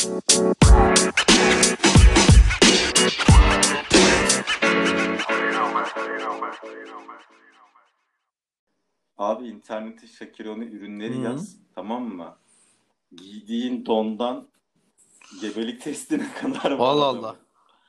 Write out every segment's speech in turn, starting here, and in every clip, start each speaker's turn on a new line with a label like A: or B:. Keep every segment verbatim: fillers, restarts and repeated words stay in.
A: Abi internete Shakira'nın ürünleri
B: Hı.
A: yaz, tamam mı? Giydiğin dondan gebelik testine kadar var
B: Allah
A: adamın.
B: Allah.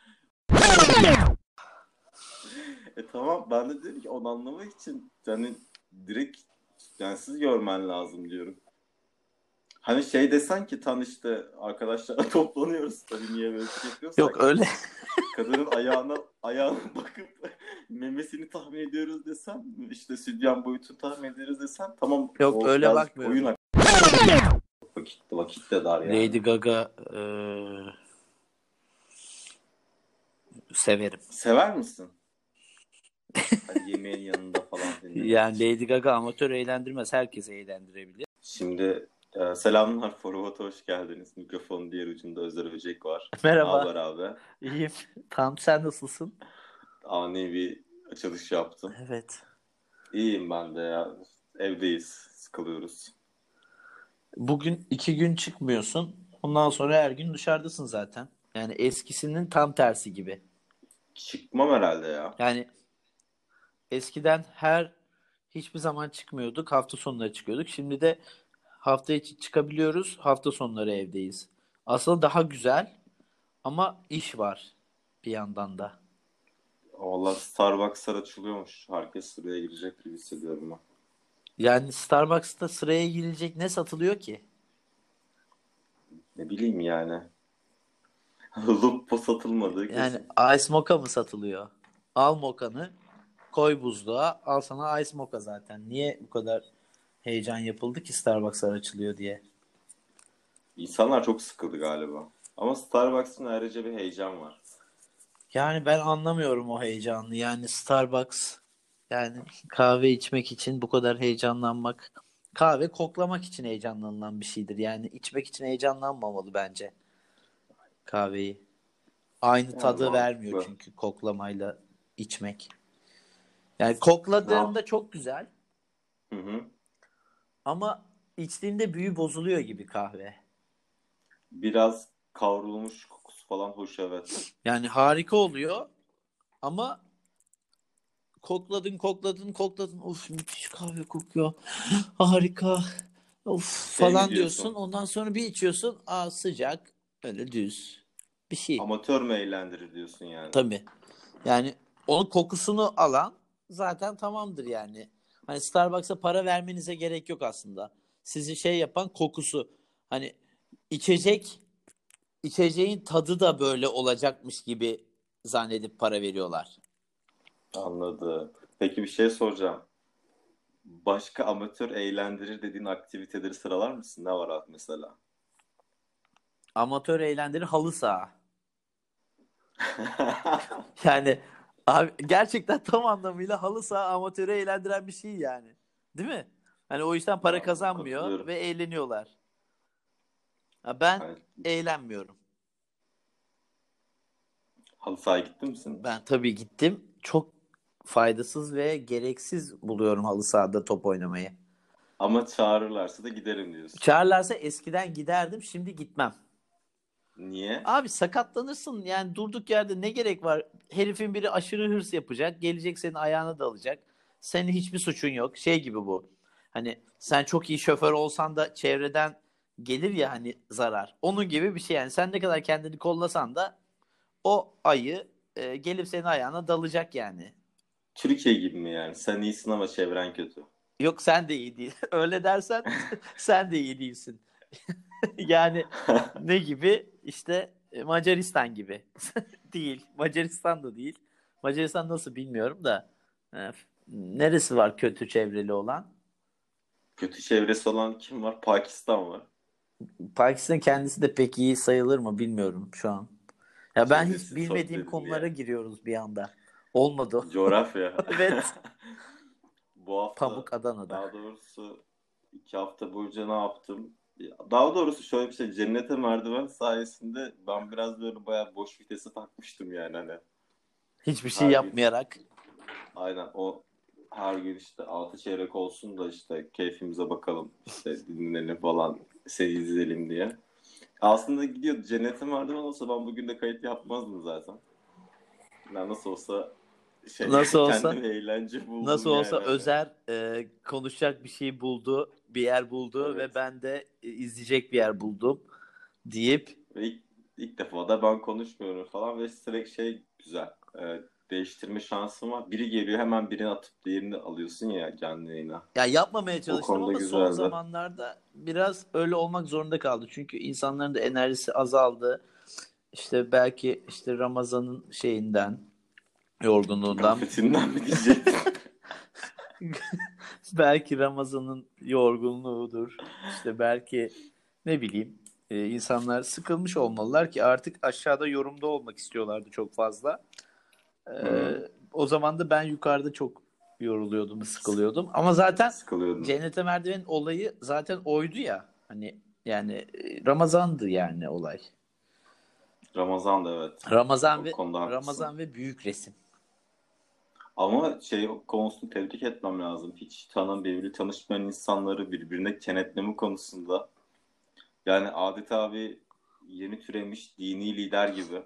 A: E tamam, ben de dedim ki onu anlamak için yani direkt densiz görmen lazım diyorum. Hani şey desen ki tan işte arkadaşlarla toplanıyoruz, tabii niye böyle bir şey yapıyorsak.
B: Yok öyle.
A: Kadının ayağına ayağına bakıp memesini tahmin ediyoruz desem, işte sütyen boyutunu tahmin ediyoruz desem, tamam.
B: Yok
A: O
B: öyle
A: birazcık
B: bakmıyorum.
A: oyun vakit, vakit de dar yani.
B: Lady Gaga eee, severim.
A: Sever misin? Hani yemeğin yanında falan dinlemek
B: Yani
A: için.
B: Lady Gaga amatör eğlendirmez. Herkesi eğlendirebilir.
A: Şimdi e, selamlar Forvat'a, hoş geldiniz. Mikrofonun diğer ucunda Özer Öcek var. Ne
B: Merhaba.
A: haber abi?
B: İyiyim. Tam sen nasılsın?
A: Ani bir açılış yaptım.
B: Evet.
A: İyiyim ben de ya. Evdeyiz. Sıkılıyoruz.
B: Bugün iki gün çıkmıyorsun. Ondan sonra her gün dışarıdasın zaten. Yani eskisinin tam tersi gibi.
A: Çıkmam herhalde ya.
B: Yani eskiden her hiçbir zaman çıkmıyorduk. Hafta sonları çıkıyorduk. Şimdi de hafta içi çıkabiliyoruz. Hafta sonları evdeyiz. Aslında daha güzel ama iş var bir yandan da.
A: Valla Starbucks'lar açılıyormuş. Herkes sıraya girecek gibi hissediyorum ben.
B: Yani Starbucks'ta sıraya girilecek ne satılıyor ki?
A: Ne bileyim yani. Lupo satılmadığı
B: Yani
A: kesin.
B: ice mocha mı satılıyor? Al mokanı, koy buzluğa, al sana ice mocha zaten. Niye bu kadar heyecan yapıldı ki Starbucks'lar açılıyor diye?
A: İnsanlar çok sıkıldı galiba. Ama Starbucks'ın ayrıca bir heyecan var.
B: Yani ben anlamıyorum o heyecanı. Yani Starbucks, yani kahve içmek için bu kadar heyecanlanmak. Kahve koklamak için heyecanlanılan bir şeydir. Yani içmek için heyecanlanmamalı bence kahveyi. Aynı
A: Yani
B: tadı vermiyor
A: mantıklı.
B: çünkü koklamayla içmek. Yani
A: Ne yap?
B: kokladığında çok güzel
A: Hı hı.
B: ama içtiğinde büyü bozuluyor gibi kahve.
A: Biraz kavrulmuş kokusu falan hoş, evet.
B: Yani harika oluyor ama kokladın kokladın kokladın, of müthiş kahve kokuyor, harika, of
A: Şey mi
B: falan diyorsun,
A: diyorsun?
B: ondan sonra bir içiyorsun, aa sıcak, öyle düz bir şey.
A: Amatör mü eğlendirir diyorsun yani.
B: Tabii yani onun kokusunu alan zaten tamamdır yani. Hani Starbucks'a para vermenize gerek yok aslında. Sizi şey yapan kokusu. Hani içecek içeceğin tadı da böyle olacakmış gibi zannedip para veriyorlar.
A: Anladım. Peki bir şey soracağım. Başka amatör eğlendirir dediğin aktiviteleri sıralar mısın? Ne var abi mesela?
B: Amatör eğlendirir halı saha. Yani abi gerçekten tam anlamıyla halı saha amatörü eğlendiren bir şey yani. Değil mi? Hani o işten para
A: Ya,
B: kazanmıyor
A: katılıyorum.
B: ve eğleniyorlar. Ha, ben
A: Hani
B: eğlenmiyorum.
A: halı sahaya gittin misin hiç?
B: Ben tabii gittim. Çok faydasız ve gereksiz buluyorum halı sahada top oynamayı.
A: Ama çağırırlarsa da giderim diyorsun.
B: Çağırlarsa eskiden giderdim, şimdi gitmem.
A: Niye?
B: Abi sakatlanırsın yani, durduk yerde ne gerek var? Herifin biri aşırı hırs yapacak. Gelecek senin ayağına dalacak. Senin hiçbir suçun yok. Şey gibi bu. Hani sen çok iyi şoför olsan da çevreden gelir ya hani zarar. Onun gibi bir şey yani. Sen ne kadar kendini kollasan da o ayı e, gelip senin ayağına dalacak yani.
A: Türkiye gibi mi yani? Sen iyisin ama çevren kötü.
B: Yok sen de iyi değil. Öyle dersen sen de iyi değilsin. Yani ne gibi? İşte e, Macaristan gibi. Değil. Macaristan da değil. Macaristan nasıl bilmiyorum da. E, neresi var kötü çevreli olan?
A: Kötü çevresi olan kim var? Pakistan var.
B: Pakistan kendisi de pek iyi sayılır mı bilmiyorum şu an. Ya ben hiç
A: Çevresi çok
B: bilmediğim
A: dedin
B: konulara
A: ya.
B: giriyoruz bir anda. Olmadı.
A: Coğrafya.
B: Evet.
A: Bu hafta,
B: Pamuk Adana'da.
A: daha doğrusu iki hafta boyunca ne yaptım? Daha doğrusu şöyle bir şey. Cennete merdiven sayesinde ben biraz böyle bayağı boş vitese takmıştım yani hani.
B: Hiçbir şey
A: Her gün
B: yapmayarak.
A: aynen o, her gün işte altı çeyrek olsun da işte keyfimize bakalım, işte dinlenelim falan, seni izleyelim diye. Aslında gidiyordu. Cennetim vardı olsa ben bugün de kayıt yapmazdım zaten. Ben nasıl olsa şey
B: Nasıl olsa
A: kendime eğlence
B: nasıl
A: buldum yani
B: olsa
A: hani.
B: Özer e, konuşacak bir şey buldu, bir yer buldu ve
A: Evet.
B: ben de e, izleyecek bir yer buldum deyip
A: Ve ilk, ilk defa da ben konuşmuyorum falan ve sürekli şey güzel. Ee, değiştirme şansım var. Biri geliyor hemen birini atıp diğerini alıyorsun ya canlı yayına.
B: ya yapmamaya
A: O
B: çalıştım
A: konuda
B: ama son
A: güzeldi.
B: zamanlarda biraz öyle olmak zorunda kaldı. Çünkü insanların da enerjisi azaldı. İşte belki işte Ramazan'ın şeyinden, yorgunluğundan,
A: Gafletinden mi diyecektim?
B: belki Ramazan'ın yorgunluğudur. İşte belki ne bileyim e, insanlar sıkılmış olmalılar ki artık aşağıda yorumda olmak istiyorlardı çok fazla.
A: Hmm,
B: Ee, o zaman da ben yukarıda çok yoruluyordum, sıkılıyordum. Ama zaten
A: sıkılıyordum.
B: Cennete Merdiven olayı zaten oydu ya. Hani yani e, Ramazan'dı yani olay.
A: Ramazan da evet.
B: Ramazan
A: O
B: ve
A: konuda haklısın.
B: Ramazan ve büyük resim.
A: Ama şey konusunu tebrik etmem lazım. Hiç tanım birbiriyle tanışmayan insanları birbirine kenetleme konusunda. Yani adeta bir yeni türemiş dini lider gibi.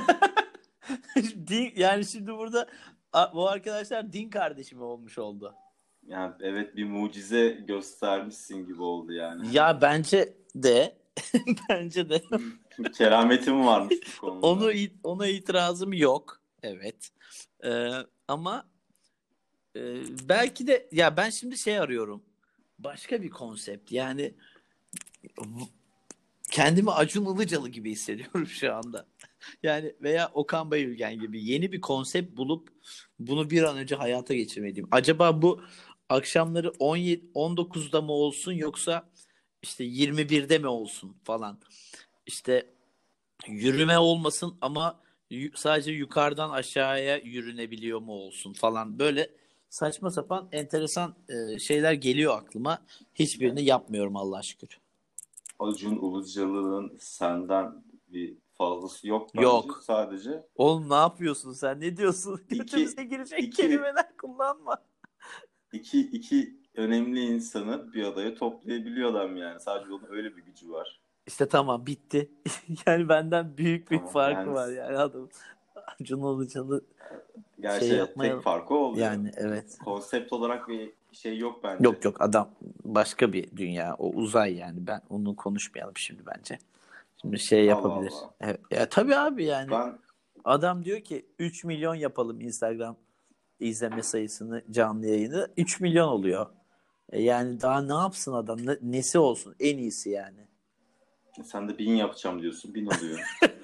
B: Din, yani şimdi burada a- bu arkadaşlar din kardeşimi olmuş oldu.
A: Yani evet bir mucize göstermişsin gibi oldu yani.
B: Ya bence de bence de
A: Kerametim varmış bu
B: onu
A: konuda.
B: ona itirazım yok. Evet. Ee, ama e, belki de ya ben şimdi şey arıyorum. Başka bir konsept. Yani v- kendimi Acun Ilıcalı gibi hissediyorum şu anda. Yani veya Okan Bayülgen gibi yeni bir konsept bulup bunu bir an önce hayata geçirmeliyim. Acaba bu akşamları on yedi on dokuzda mı olsun yoksa işte yirmi birde mi olsun falan. İşte yürüme olmasın ama yu- sadece yukarıdan aşağıya yürünebiliyor mu olsun falan. Böyle saçma sapan enteresan e, şeyler geliyor aklıma. Hiçbirini yapmıyorum Allah'a şükür.
A: Acun Ilıcalı'nın senden bir fazlası yok bence.
B: Yok.
A: Sadece
B: Oğlum ne yapıyorsun sen? Ne diyorsun?
A: iki
B: Götümüze girecek
A: iki
B: kelimeler kullanma.
A: iki iki önemli insanı bir adaya toplayabiliyor adam yani. Sadece onun öyle bir gücü var.
B: İşte tamam bitti. Yani benden büyük bir
A: Tamam
B: farkı
A: yani
B: var yani adam. Acun Ilıcalı şey
A: gerçi evet, tek
B: yapmayalım.
A: farkı o oluyor.
B: Yani evet.
A: Konsept olarak bir şey yok bence.
B: Yok yok adam başka bir dünya. O uzay yani. Ben onu konuşmayalım şimdi bence. Şimdi şey
A: Allah
B: yapabilir.
A: Allah.
B: Evet. Ya tabii abi yani
A: Ben
B: adam diyor ki üç milyon yapalım Instagram izleme sayısını canlı yayını. Üç milyon oluyor. E yani daha ne yapsın adam? Ne- nesi olsun? En iyisi yani.
A: sen de bin yapacağım diyorsun. Bin oluyor.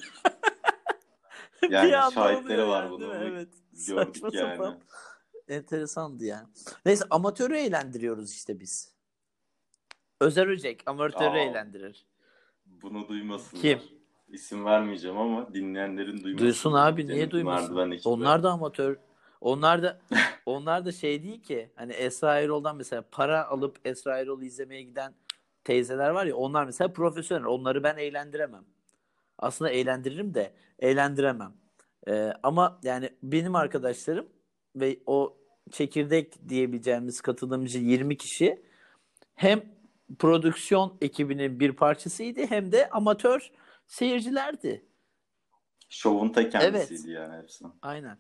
B: Bir
A: Yani
B: anda oluyor
A: şahitleri var
B: yani değil mi?
A: bunu. Bunu
B: Evet. Saçma
A: gördük
B: sapan.
A: yani.
B: Enteresandı yani. Neyse amatörü eğlendiriyoruz işte biz. Özer Öcek amatörü
A: Aa,
B: eğlendirir.
A: bunu
B: Kim?
A: duymasınlar. İsim vermeyeceğim ama dinleyenlerin
B: Duysun
A: duymasını dedim.
B: abi niye
A: Cennet
B: duymasın?
A: Merdiven ekibi.
B: Onlar da amatör. Onlar da onlar da şey değil ki. Hani Esra Erol'dan mesela para alıp Esra Erol'u izlemeye giden teyzeler var ya onlar mesela profesyonel. Onları ben eğlendiremem. Aslında eğlendiririm de eğlendiremem. Ee, ama yani benim arkadaşlarım ve o çekirdek diyebileceğimiz katılımcı yirmi kişi hem prodüksiyon ekibinin bir parçasıydı hem de amatör seyircilerdi.
A: Şovun ta
B: Evet,
A: kendisiydi yani hepsi.
B: aynen.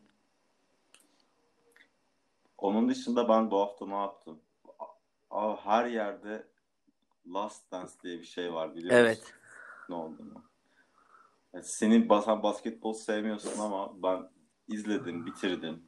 A: Onun dışında ben bu hafta ne yaptım? Aa, her yerde Last Dance diye bir şey var biliyor musun?
B: Evet.
A: Ne olduğunu. Yani senin basan basketbol sevmiyorsun ama ben izledim, bitirdim.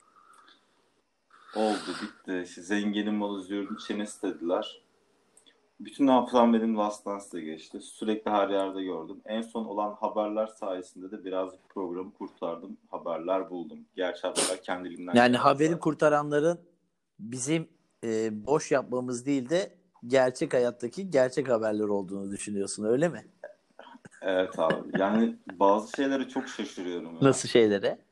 A: Oldu, bitti. İşte zenginin malı züğürdün çenesi dediler. Bütün hafızam benim Last Dance'da geçti. Sürekli her yerde gördüm. En son olan haberler sayesinde de birazcık programı kurtardım. Haberler buldum. Gerçi haberler kendiliğinden
B: Yani
A: geldi
B: haberi
A: zaten.
B: kurtaranların bizim e, boş yapmamız değil de gerçek hayattaki gerçek haberler olduğunu düşünüyorsun öyle mi?
A: Evet abi. Yani bazı şeylere çok şaşırıyorum ya.
B: Nasıl şeylere?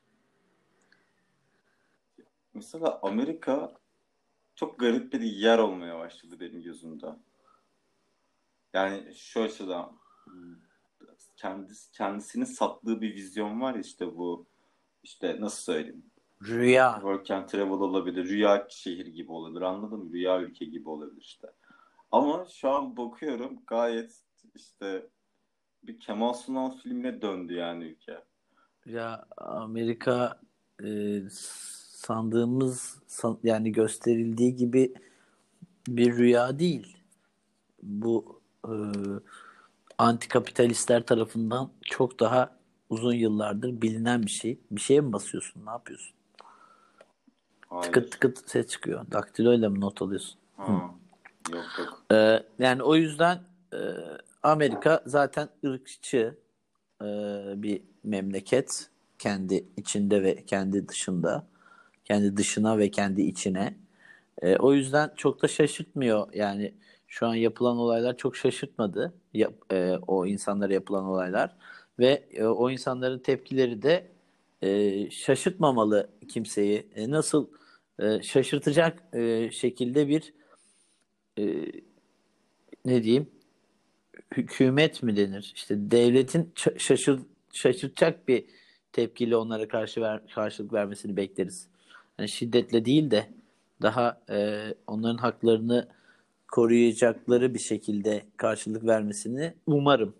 A: Mesela Amerika çok garip bir yer olmaya başladı benim gözümde. Yani şu açıdan kendisi, kendisinin sattığı bir vizyon var ya işte bu işte nasıl söyleyeyim?
B: Rüya.
A: Work and travel olabilir, rüya şehir gibi olabilir anladın mı? Rüya ülke gibi olabilir işte. Ama şu an bakıyorum gayet işte bir Kemal Sunal filmine döndü yani ülke.
B: Ya Amerika e, sandığımız san- yani gösterildiği gibi bir rüya değil. Bu e, antikapitalistler tarafından çok daha uzun yıllardır bilinen bir şey. Bir şeye mi basıyorsun? Ne yapıyorsun? Tıkıt
A: Hayır.
B: tıkıt ses çıkıyor. Daktiloyla mı not alıyorsun? Hı.
A: Ha. Yok yok.
B: Ee, yani o yüzden e, Amerika zaten ırkçı e, bir memleket. Kendi içinde ve kendi dışında. Kendi dışına ve kendi içine. E, o yüzden çok da şaşırtmıyor. Yani şu an yapılan olaylar çok şaşırtmadı. Yap, e, o insanlara yapılan olaylar. Ve e, o insanların tepkileri de e, şaşırtmamalı kimseyi. E, nasıl e, şaşırtacak e, şekilde bir e, ne diyeyim hükümet mi denir? İşte devletin ça- şaşır, şaşırtacak bir tepkiyle onlara karşı ver, karşılık vermesini bekleriz. Yani şiddetle değil de daha e, onların haklarını koruyacakları bir şekilde karşılık vermesini umarım.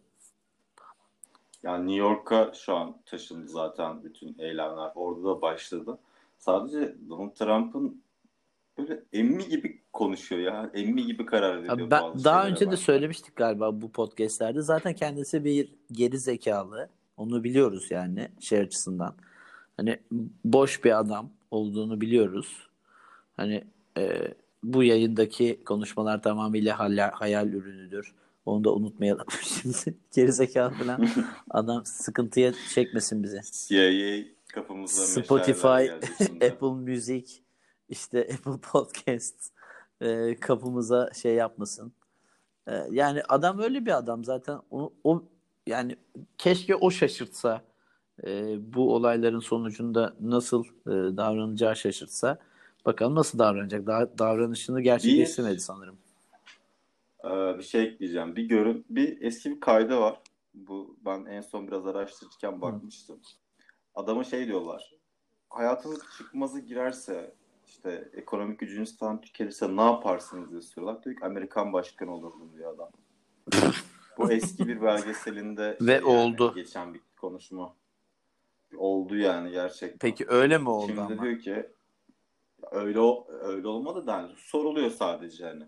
A: Yani New York'a şu an taşındı zaten bütün eylemler. Orada da başladı. Sadece Donald Trump'ın böyle emmi gibi konuşuyor ya. Emmi gibi karar
B: Abi
A: veriyor
B: ben,
A: bazı
B: daha
A: şeylere
B: önce de
A: bence.
B: söylemiştik galiba bu podcastlerde. Zaten kendisi bir geri zekalı. Onu biliyoruz yani şey açısından. Hani boş bir adam olduğunu biliyoruz. Hani e, bu yayındaki konuşmalar tamamıyla hayal, hayal ürünüdür. Onu da unutmayalım şimdi. Gerizekalı falan. Adam sıkıntıya çekmesin bizi.
A: C I A kafamıza meşalelerle
B: Spotify,
A: gelecek şimdi.
B: Apple Music, işte Apple Podcast e, kapımıza şey yapmasın. E, yani adam öyle bir adam zaten. O, o yani keşke o şaşırtsa. E, bu olayların sonucunda nasıl e, davranacağı şaşırtsa. Bakalım nasıl davranacak. Da- davranışını gerçekleştirmedi
A: Bir
B: sanırım.
A: e, bir şey ekleyeceğim. Bir görün, bir eski bir kaydı var. Bu ben en son biraz araştırırken
B: Hı.
A: bakmıştım. Adama şey diyorlar. Hayatınız çıkmazı girerse işte ekonomik gücünüz falan tükenirse ne yaparsınız diye soruyorlar. Diyor ki Amerikan başkanı olurdum diyor adam. Bu eski bir belgeselinde
B: Ve
A: şey yani
B: oldu.
A: geçen bir konuşma. Oldu yani gerçekten.
B: Peki öyle mi oldu
A: Şimdi de
B: ama?
A: diyor ki öyle o- öyle olmadı da yani soruluyor sadece hani.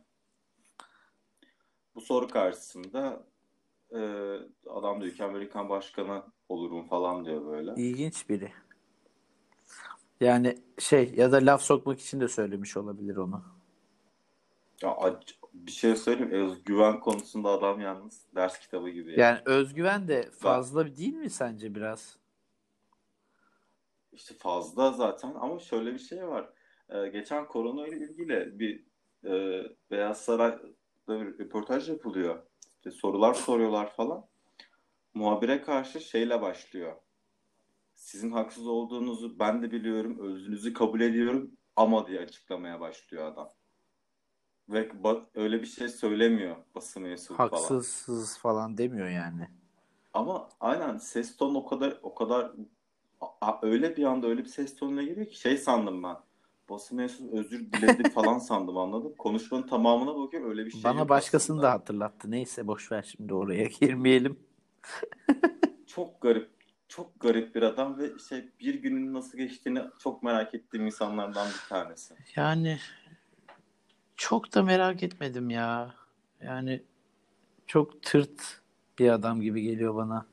A: Bu soru karşısında e, adam diyor ki Amerikan başkanı olurum falan diyor böyle.
B: İlginç biri. Yani şey ya da laf sokmak için de söylemiş olabilir onu.
A: Ya ac- bir şey söyleyeyim mi? Özgüven konusunda adam yalnız ders kitabı gibi
B: Yani
A: ya.
B: özgüven de
A: Ben
B: fazla değil mi sence biraz?
A: işte fazla zaten ama şöyle bir şey var. Ee, geçen korona ile ilgili bir e, Beyaz Saray'da bir röportaj yapılıyor. İşte sorular soruyorlar falan. Muhabire karşı şeyle başlıyor. Sizin haksız olduğunuzu ben de biliyorum, özrünüzü kabul ediyorum ama diye açıklamaya başlıyor adam. Ve ba- öyle bir şey söylemiyor basın mensubu falan.
B: Haksızsız falan demiyor yani.
A: Ama aynen ses tonu o kadar o kadar a- a- öyle bir anda öyle bir ses tonuna giriyor ki şey sandım ben. Basın mensubu özür diledi falan sandım anladım. Konuşmanın tamamına bakıyorum öyle bir şey
B: Bana
A: yok
B: başkasını da
A: aslında.
B: hatırlattı. Neyse boş ver şimdi oraya girmeyelim.
A: Çok garip çok garip bir adam ve şey bir günün nasıl geçtiğini çok merak ettiğim insanlardan bir tanesi.
B: Yani çok da merak etmedim ya. Yani çok tırt bir adam gibi geliyor bana.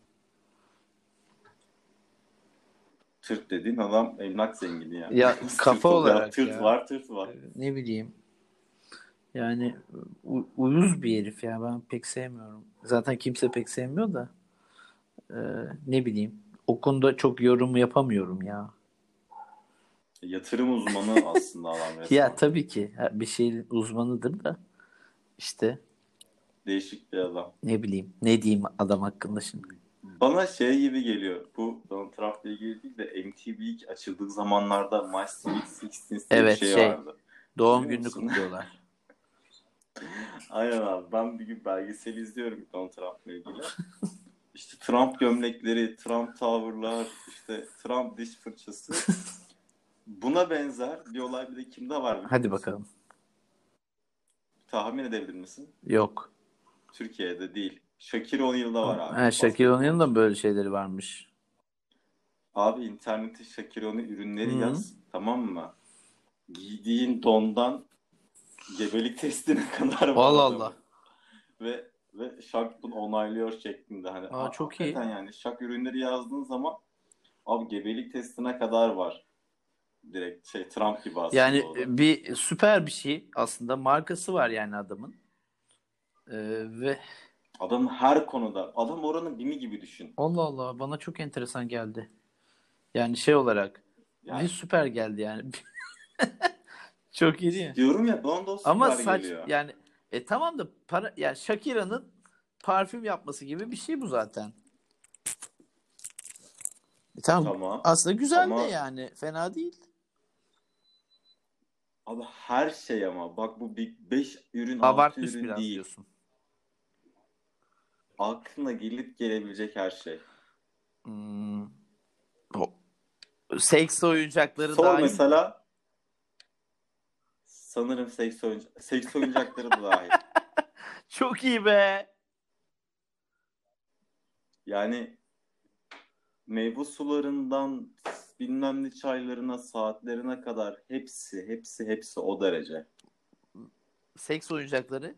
A: Tırt dediğin adam emlak zengini yani.
B: Ya kafa
A: Tırt, ya
B: olarak
A: tırt
B: ya
A: var tırt var.
B: ne bileyim yani u- uyuz bir herif ya ben pek sevmiyorum. Zaten kimse pek sevmiyor da e, ne bileyim o konuda çok yorum yapamıyorum ya.
A: Yatırım uzmanı aslında adam
B: Ya
A: resmen.
B: tabii ki ha, bir şeyin uzmanıdır da işte
A: Değişik bir adam.
B: ne bileyim ne diyeyim adam hakkında şimdi.
A: Bana şey gibi geliyor. Bu Donald Trump'la ilgili değil de M T V ilk açıldığı zamanlarda My Sweet Sixteens diye bir
B: Evet
A: şey
B: şey
A: vardı.
B: doğum
A: Biliyor
B: gününü
A: musun?
B: kutluyorlar.
A: Aynen abi. Ben bir gün belgesel izliyorum Donald Trump'la ilgili. İşte Trump gömlekleri, Trump tavırlar, işte Trump diş fırçası. Buna benzer bir olay bir de kimde var biliyor
B: Hadi
A: musun?
B: bakalım.
A: Tahmin edebilir misin?
B: Yok.
A: Türkiye'de değil. Shaquille O'Neal'da var abi.
B: Ha, Shaquille O'Neal'ın
A: Basketbolcu.
B: da böyle şeyleri varmış.
A: Abi internete Shaquille O'Neal ürünleri
B: Hı.
A: yaz. Tamam mı? Giydiğin dondan gebelik testine kadar var
B: Allah Allah.
A: adamın. Ve ve Shaq bunu onaylıyor şeklinde. Hani
B: Aa,
A: ha-
B: çok iyi.
A: hakikaten yani Shaq ürünleri yazdığın zaman abi gebelik testine kadar var. Direkt şey Trump gibi aslında
B: Yani
A: o da.
B: e, bir süper bir şey aslında. Markası var yani adamın. Ee, ve
A: Adam her konuda. Adam oranın Bimi gibi düşün.
B: Allah Allah, bana çok enteresan geldi. Yani şey olarak bir
A: Yani
B: süper geldi yani. Çok iyi değil mi?
A: diyorum ya bana da o
B: Ama
A: süper
B: saç
A: geliyor.
B: yani e tamam da para yani Shakira'nın parfüm yapması gibi bir şey bu zaten. E tamam,
A: Tamam.
B: aslında güzel de
A: Ama
B: yani fena değil.
A: abi her şey ama bak bu beş ürün altı
B: Abartmış
A: ürün
B: biraz
A: değil.
B: diyorsun.
A: Aklına gelip gelebilecek her şey.
B: Hmm. O- Seks oyuncakları
A: Sor
B: dahil mi?
A: mesela sanırım seks, oyunca seks oyuncakları da dahil.
B: Çok iyi be.
A: Yani meyve sularından bilmem ne çaylarına saatlerine kadar hepsi hepsi hepsi o derece.
B: Seks oyuncakları.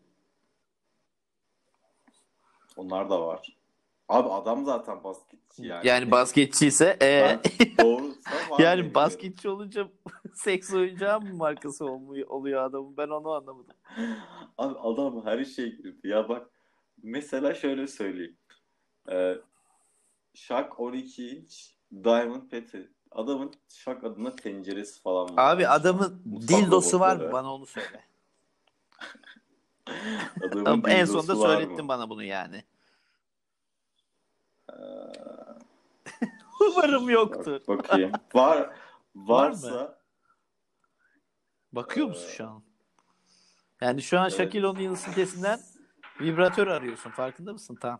A: Onlar da var. Abi adam zaten basketçi yani.
B: Yani basketçi ise e,
A: Ben doğruysa var
B: yani
A: diyebiliyorum.
B: basketçi olunca seks oyuncağı mı markası olmuyor, oluyor adamın? Ben onu anlamadım.
A: Abi adam her şey girdi. Ya bak mesela şöyle söyleyeyim. Ee, Shaq on iki inç Diamond Petty. Adamın Shaq adına tenceresi falan var
B: Abi
A: abi şu an.
B: adamın
A: Mutfak
B: dildosu var mı?
A: robotları.
B: Bana onu söyle.
A: Adamın
B: En sonunda
A: dildosu var
B: söylettin
A: mı?
B: bana bunu yani.
A: Ee,
B: Umarım yoktur.
A: Bak bakayım. Var
B: Var mı?
A: varsa
B: Bakıyor musun şu
A: e,
B: an? Yani şu an
A: evet.
B: Shaquille O'Neal sitesinden vibratör arıyorsun. Farkında mısın? Tamam.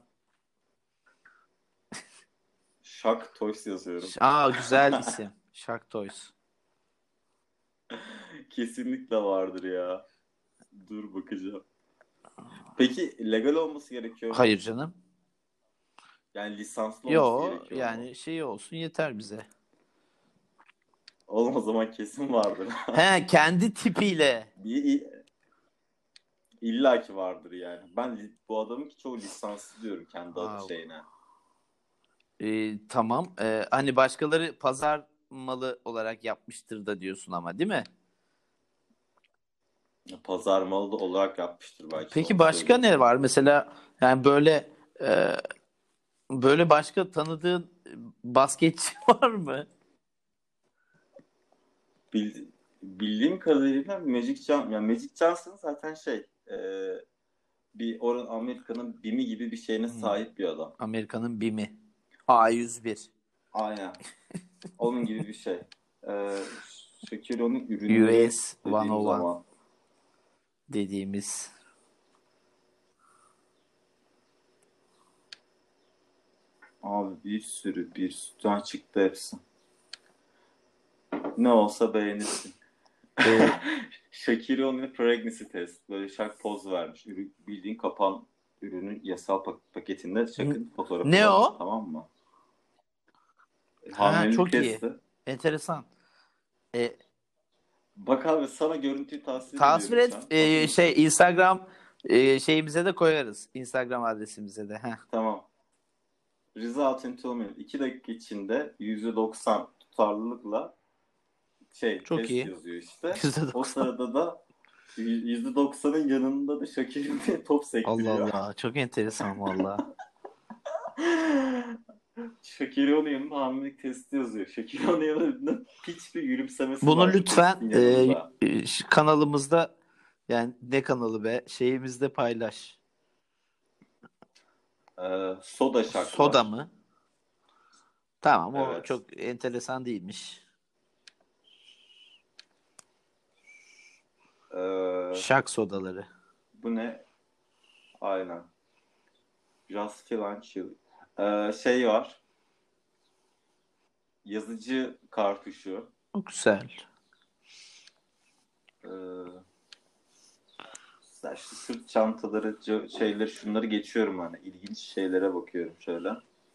A: Shaq Toys yazıyorum.
B: Aa, güzel isim. Shark Toys.
A: Kesinlikle vardır ya. Dur bakacağım. Peki legal olması gerekiyor mu?
B: Hayır canım.
A: Yani lisanslı olması
B: Yo,
A: gerekiyor mu?
B: yani şey olsun yeter bize.
A: Oğlum o zaman kesin vardır.
B: He, kendi tipiyle.
A: Bir illaki vardır yani. Ben li- bu adamın ki çoğu lisanslı diyorum kendi adı
B: Wow.
A: şeyine.
B: Ee, tamam. Ee, hani başkaları pazar malı olarak yapmıştır da diyorsun ama değil mi?
A: Pazar malı da olarak yapmıştır belki
B: Peki
A: doğru
B: başka ne
A: söylüyorsun.
B: var? Mesela yani böyle e, böyle başka tanıdığın basketçi var mı?
A: Bil- bildiğim kadarıyla Magic Johnson, yani Magic Johnson zaten şey e, bir oran Amerika'nın Bimi gibi bir şeyine
B: Hmm,
A: sahip bir adam.
B: Amerika'nın BİM'i. A yüz bir.
A: Aynen. Onun gibi bir şey. E, Shaquille'nin ürünleri
B: U S
A: dediğim
B: bir
A: zaman
B: dediğimiz.
A: abi bir sürü bir sürü çıktı hepsi. Ne olsa beğenirsin.
B: Ee,
A: Shaquille O'Neal pregnancy test. Böyle Shaq poz vermiş. Ürün, bildiğin kapan ürünün yasal pak- paketinde Shaq'ın fotoğrafı
B: ne
A: var.
B: o?
A: Tamam mı? E,
B: Ha,
A: hamilelik
B: çok iyi.
A: testi.
B: Enteresan. E,
A: Bak abi sana görüntüyü tasvir
B: tasvir
A: ediyorum şu
B: et.
A: an. Hazır
B: E, şey
A: mısın?
B: Instagram e, şeyimize de koyarız. Instagram adresimize de. Heh.
A: Tamam. Result in two minutes. iki dakika içinde yüzde doksan tutarlılıkla şey
B: Çok
A: test
B: iyi.
A: yazıyor işte.
B: yüzde
A: O
B: doksan.
A: sırada da yüzde doksanın yanında da Shakir'in top
B: Allah
A: sektiriyor.
B: Allah. Çok enteresan valla.
A: Shaquille O'Neal'ın hamilelik testi yazıyor. Shaquille O'Neal'ın hiçbir gülümsemesi
B: Bunu
A: var bu
B: lütfen
A: testin
B: e,
A: yanında.
B: e, kanalımızda, yani ne kanalı be, şeyimizde paylaş.
A: Ee, soda Shaq
B: Soda
A: var.
B: mı? Tamam, o
A: Evet.
B: çok enteresan değilmiş.
A: Ee,
B: Şak sodaları.
A: Bu ne? Aynen. Just Chill and Chill. Ee, şey var. Yazıcı kartuşu.
B: O güzel.
A: Ee, Mesela şu sırt çantaları, ce- şeyleri, şunları geçiyorum hani. İlginç şeylere bakıyorum şöyle.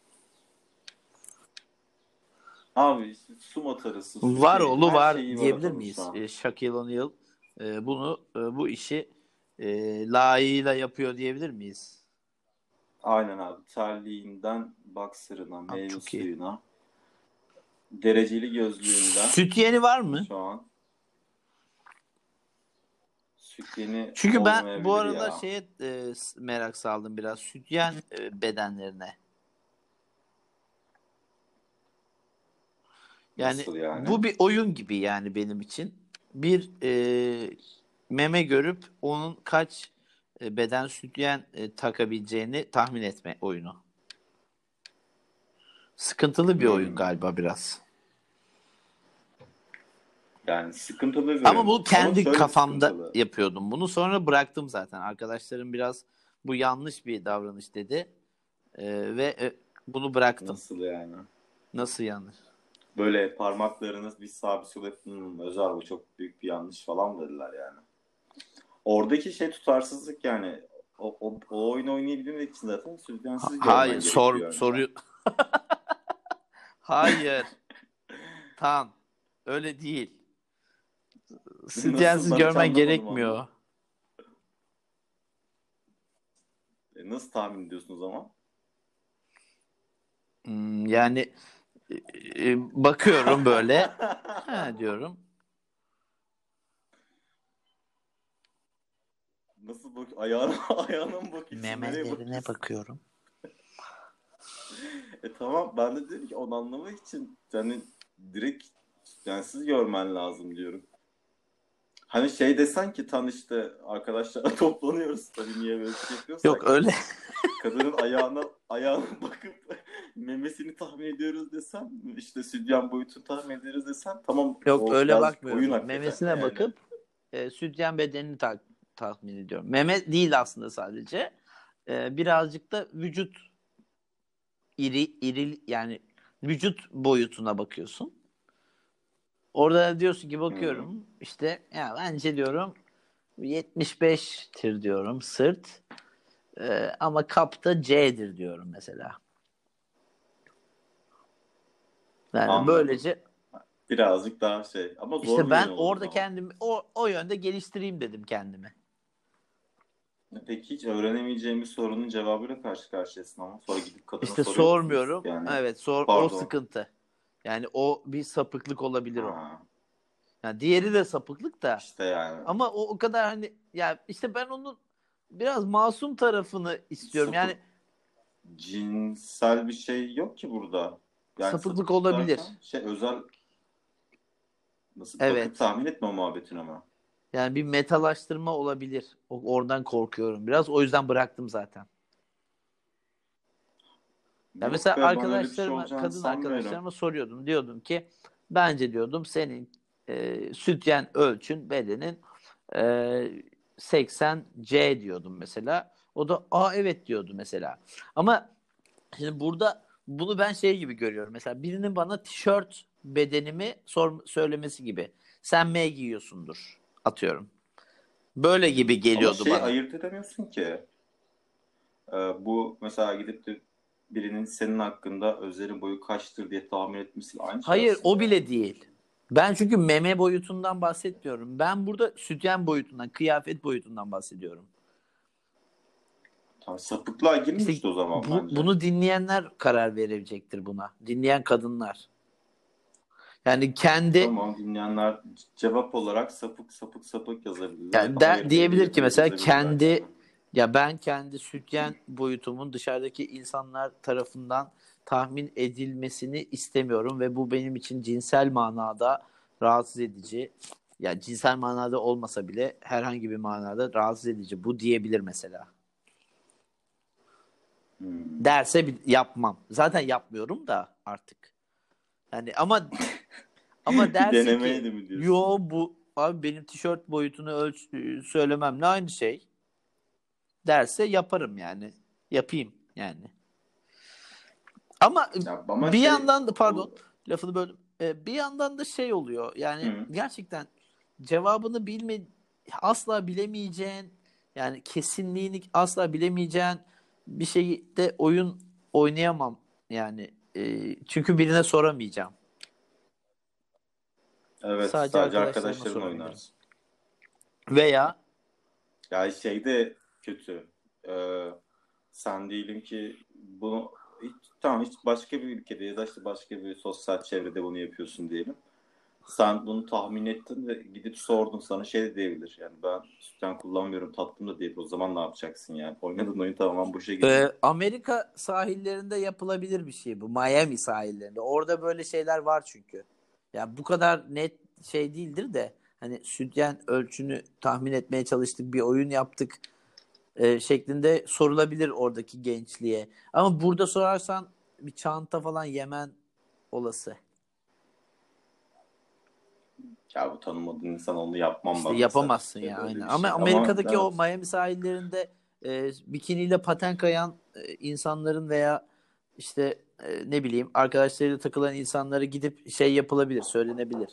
A: Abi işte su matarası, su
B: Var
A: şeyi,
B: oğlu
A: her
B: var
A: şeyi var
B: diyebilir
A: adamın şu
B: miyiz?
A: an.
B: E, Shaquille O'Neal e, bunu e, bu işi e, layığıyla yapıyor diyebilir miyiz?
A: Aynen abi. Terliğinden boxer'ına,
B: Abi
A: meyve
B: çok iyi.
A: suyuna, dereceli gözlüğünden
B: Sütyeni var mı?
A: şu an sütyeni
B: Çünkü ben bu
A: olmayabilir
B: arada
A: ya.
B: şeye e, s- merak saldım biraz. Sütyen e, bedenlerine. Yani
A: Nasıl yani?
B: bu bir oyun gibi yani benim için. Bir e, meme görüp onun kaç e, beden sütyen e, takabileceğini tahmin etme oyunu. Sıkıntılı bir oyun
A: Hmm.
B: galiba biraz.
A: Yani sıkıntılı bir
B: Ama
A: oyun.
B: bu
A: Ama
B: kendi
A: şöyle bir
B: kafamda
A: sıkıntılı.
B: yapıyordum. Bunu sonra bıraktım zaten. Arkadaşlarım biraz bu yanlış bir davranış dedi. E, ve e, bunu bıraktım.
A: Nasıl yani?
B: Nasıl yanlış?
A: Böyle parmaklarınız bir sağa bir sola, hmm, Özer bu çok büyük bir yanlış falan dediler yani. Oradaki şey tutarsızlık yani. O, o, o oyunu oynayabilmek için zaten
B: Ha-
A: sütyensiz
B: hayır,
A: görmen
B: sor
A: gerekiyor önce.
B: soruyu. Hayır. Tan. Öyle değil.
A: Nasıl?
B: Sütyensiz
A: Ben hiç
B: görmen
A: anlamadım onu.
B: gerekmiyor.
A: E, nasıl tahmin ediyorsun o zaman?
B: Hmm, yani e, e, bakıyorum böyle. Ha diyorum.
A: Nasıl bak ayağına ayağına mı bakıyorsun? Nereye
B: Memelerine
A: bakıyorsun?
B: bakıyorum.
A: E tamam, ben de dedim ki onu anlamak için yani direkt sütyensiz görmen lazım diyorum. Hani şey desen ki tan işte arkadaşlarla toplanıyoruz, tabii niye böyle bir şey
B: Yok
A: yapıyorsak.
B: öyle.
A: Kadının ayağına ayağına bakıp memesini tahmin ediyoruz desem, işte sütyen boyutunu tahmin ediyoruz desem, tamam,
B: Yok
A: o
B: öyle
A: birazcık oyun
B: bakmıyorum.
A: hakikaten de
B: Memesine
A: yani.
B: bakıp e, sütyen bedenini ta- tahmin ediyorum. Meme değil aslında sadece. E, birazcık da vücut iri iri yani vücut boyutuna bakıyorsun. Orada diyorsun ki
A: Hı.
B: bakıyorum işte ya bence diyorum yetmiş beştir diyorum sırt. Ee, ama kapta C'dir diyorum mesela. Yani
A: Anladım.
B: böylece
A: Birazcık daha şey ama zor
B: işte
A: bir oyun
B: ben
A: olur o
B: orada
A: zaman.
B: kendimi o, o yönde geliştireyim dedim kendimi.
A: Peki hiç öğrenemeyeceğim bir sorunun cevabıyla karşı karşıyasın ama sonra gidip kadına
B: İşte
A: soruyor musunuz?
B: sormuyorum.
A: Yani
B: Evet sor o
A: pardon.
B: sıkıntı. Yani o bir sapıklık olabilir o.
A: Ha,
B: Yani diğeri de sapıklık da
A: işte yani
B: ama o o kadar hani ya işte ben onun biraz masum tarafını istiyorum. Yani
A: sapık, cinsel bir şey yok ki burada. Yani
B: sapıklık
A: sapıklık
B: olabilir.
A: derken şey özel, nasıl bakıp
B: Evet.
A: tahmin etme muhabbetin ama.
B: Yani bir metalaştırma olabilir. O- Oradan korkuyorum biraz. O yüzden bıraktım zaten. Ya
A: Yok
B: mesela
A: be, ben öyle bir şey
B: arkadaşlarıma,
A: olacağını
B: kadın
A: sanmıyorum.
B: arkadaşlarıma soruyordum. Diyordum ki bence diyordum senin e, sütyen ölçün bedenin e, seksen C diyordum mesela. O da aa evet diyordu mesela. Ama şimdi burada bunu ben şey gibi görüyorum. Mesela birinin bana tişört bedenimi sor, söylemesi gibi. Sen M giyiyorsundur atıyorum. Böyle gibi
A: Ama
B: geliyordu
A: şeyi
B: bana.
A: ayırt edemiyorsun ki. Ee, bu mesela gidip de birinin senin hakkında Özer'in boyu kaçtır diye tahmin etmesiyle aynı şey
B: Hayır
A: aslında
B: o
A: ya.
B: bile değil. Ben çünkü meme boyutundan bahsetmiyorum. Ben burada sütyen boyutundan, kıyafet boyutundan bahsediyorum.
A: Tamam, sapıklığa
B: İşte
A: girmişti o zaman
B: bu,
A: bence.
B: bunu dinleyenler karar verecektir buna. Dinleyen kadınlar. Yani kendi
A: Tamam, dinleyenler cevap olarak sapık sapık sapık yazabilirler ya
B: yani
A: da
B: de,
A: hayır hayır
B: diyebilir
A: hayır
B: ki
A: hayır
B: mesela
A: yazabilirler yani.
B: kendi ya ben kendi sütyen boyutumun dışarıdaki insanlar tarafından tahmin edilmesini istemiyorum ve bu benim için cinsel manada rahatsız edici. Ya cinsel manada olmasa bile herhangi bir manada rahatsız edici. Bu diyebilir mesela.
A: Hmm.
B: Derse bir yapmam. Zaten yapmıyorum da artık. Yani ama ama
A: Bir
B: derse ki
A: denemeydi mi diyorsun?
B: yo bu abi benim tişört boyutunu ölç söylememle aynı şey derse yaparım yani. Yapayım yani. Ama
A: Ya ama
B: bir
A: şey
B: yandan da pardon
A: bu,
B: lafını böldüm. Ee, bir yandan da şey oluyor. Yani
A: hı.
B: gerçekten cevabını bilme asla bilemeyeceğin Yani kesinliğini asla bilemeyeceğin bir şeyde oyun oynayamam yani. E, çünkü birine soramayacağım.
A: Evet,
B: Sadece
A: sadece
B: arkadaşlarıma
A: arkadaşların
B: sorabilirim.
A: oynarsın.
B: Veya
A: Ya şey de kötü. Ee, sen diyelim ki bunu hiç, tamam hiç başka bir ülkede ya da işte başka bir sosyal çevrede bunu yapıyorsun diyelim. Sen bunu tahmin ettin ve gidip sordun, sana şey de diyebilir. Yani ben sütten kullanmıyorum, tatlım da diyebilir. O zaman ne yapacaksın yani? Oynadığın oyun tamamen boşa gidiyor.
B: e, Amerika sahillerinde yapılabilir bir şey bu. Miami sahillerinde. Orada böyle şeyler var çünkü. Ya bu kadar net şey değildir de hani sütyen ölçünü tahmin etmeye çalıştık, bir oyun yaptık e, şeklinde sorulabilir oradaki gençliğe. Ama burada sorarsan bir çanta falan yemen olası.
A: Ya bu tanımadığın insan, onu yapmam
B: İşte
A: ben mesela
B: yapamazsın ya,
A: Türkiye'de öyle
B: aynen.
A: bir
B: Ama
A: şey. Ama
B: Amerika'daki o
A: evet.
B: Miami sahillerinde e, bikiniyle paten kayan e, insanların veya işte e, ne bileyim arkadaşlarıyla takılan insanlara gidip şey yapılabilir, söylenebilir.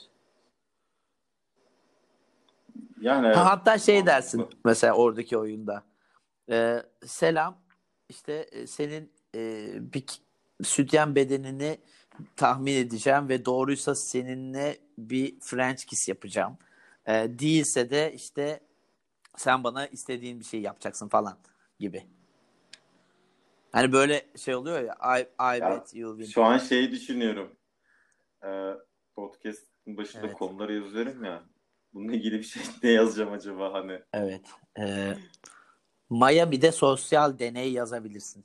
A: Yani
B: Ha,
A: evet,
B: hatta şey dersin
A: mantıklı.
B: mesela oradaki oyunda. E, selam, işte e, senin e, bir sütyen bedenini tahmin edeceğim ve doğruysa seninle bir French kiss yapacağım. E, değilse de işte sen bana istediğin bir şey yapacaksın falan gibi. Hani böyle şey oluyor ya, I, I
A: Ya
B: bet you'll win
A: şu an
B: falan.
A: şeyi düşünüyorum. Ee, podcast'ın başında
B: Evet.
A: konuları yazıyorum ya. Bununla ilgili bir şey ne yazacağım acaba hani?
B: Evet. Ee, Miami'de sosyal deney yazabilirsin.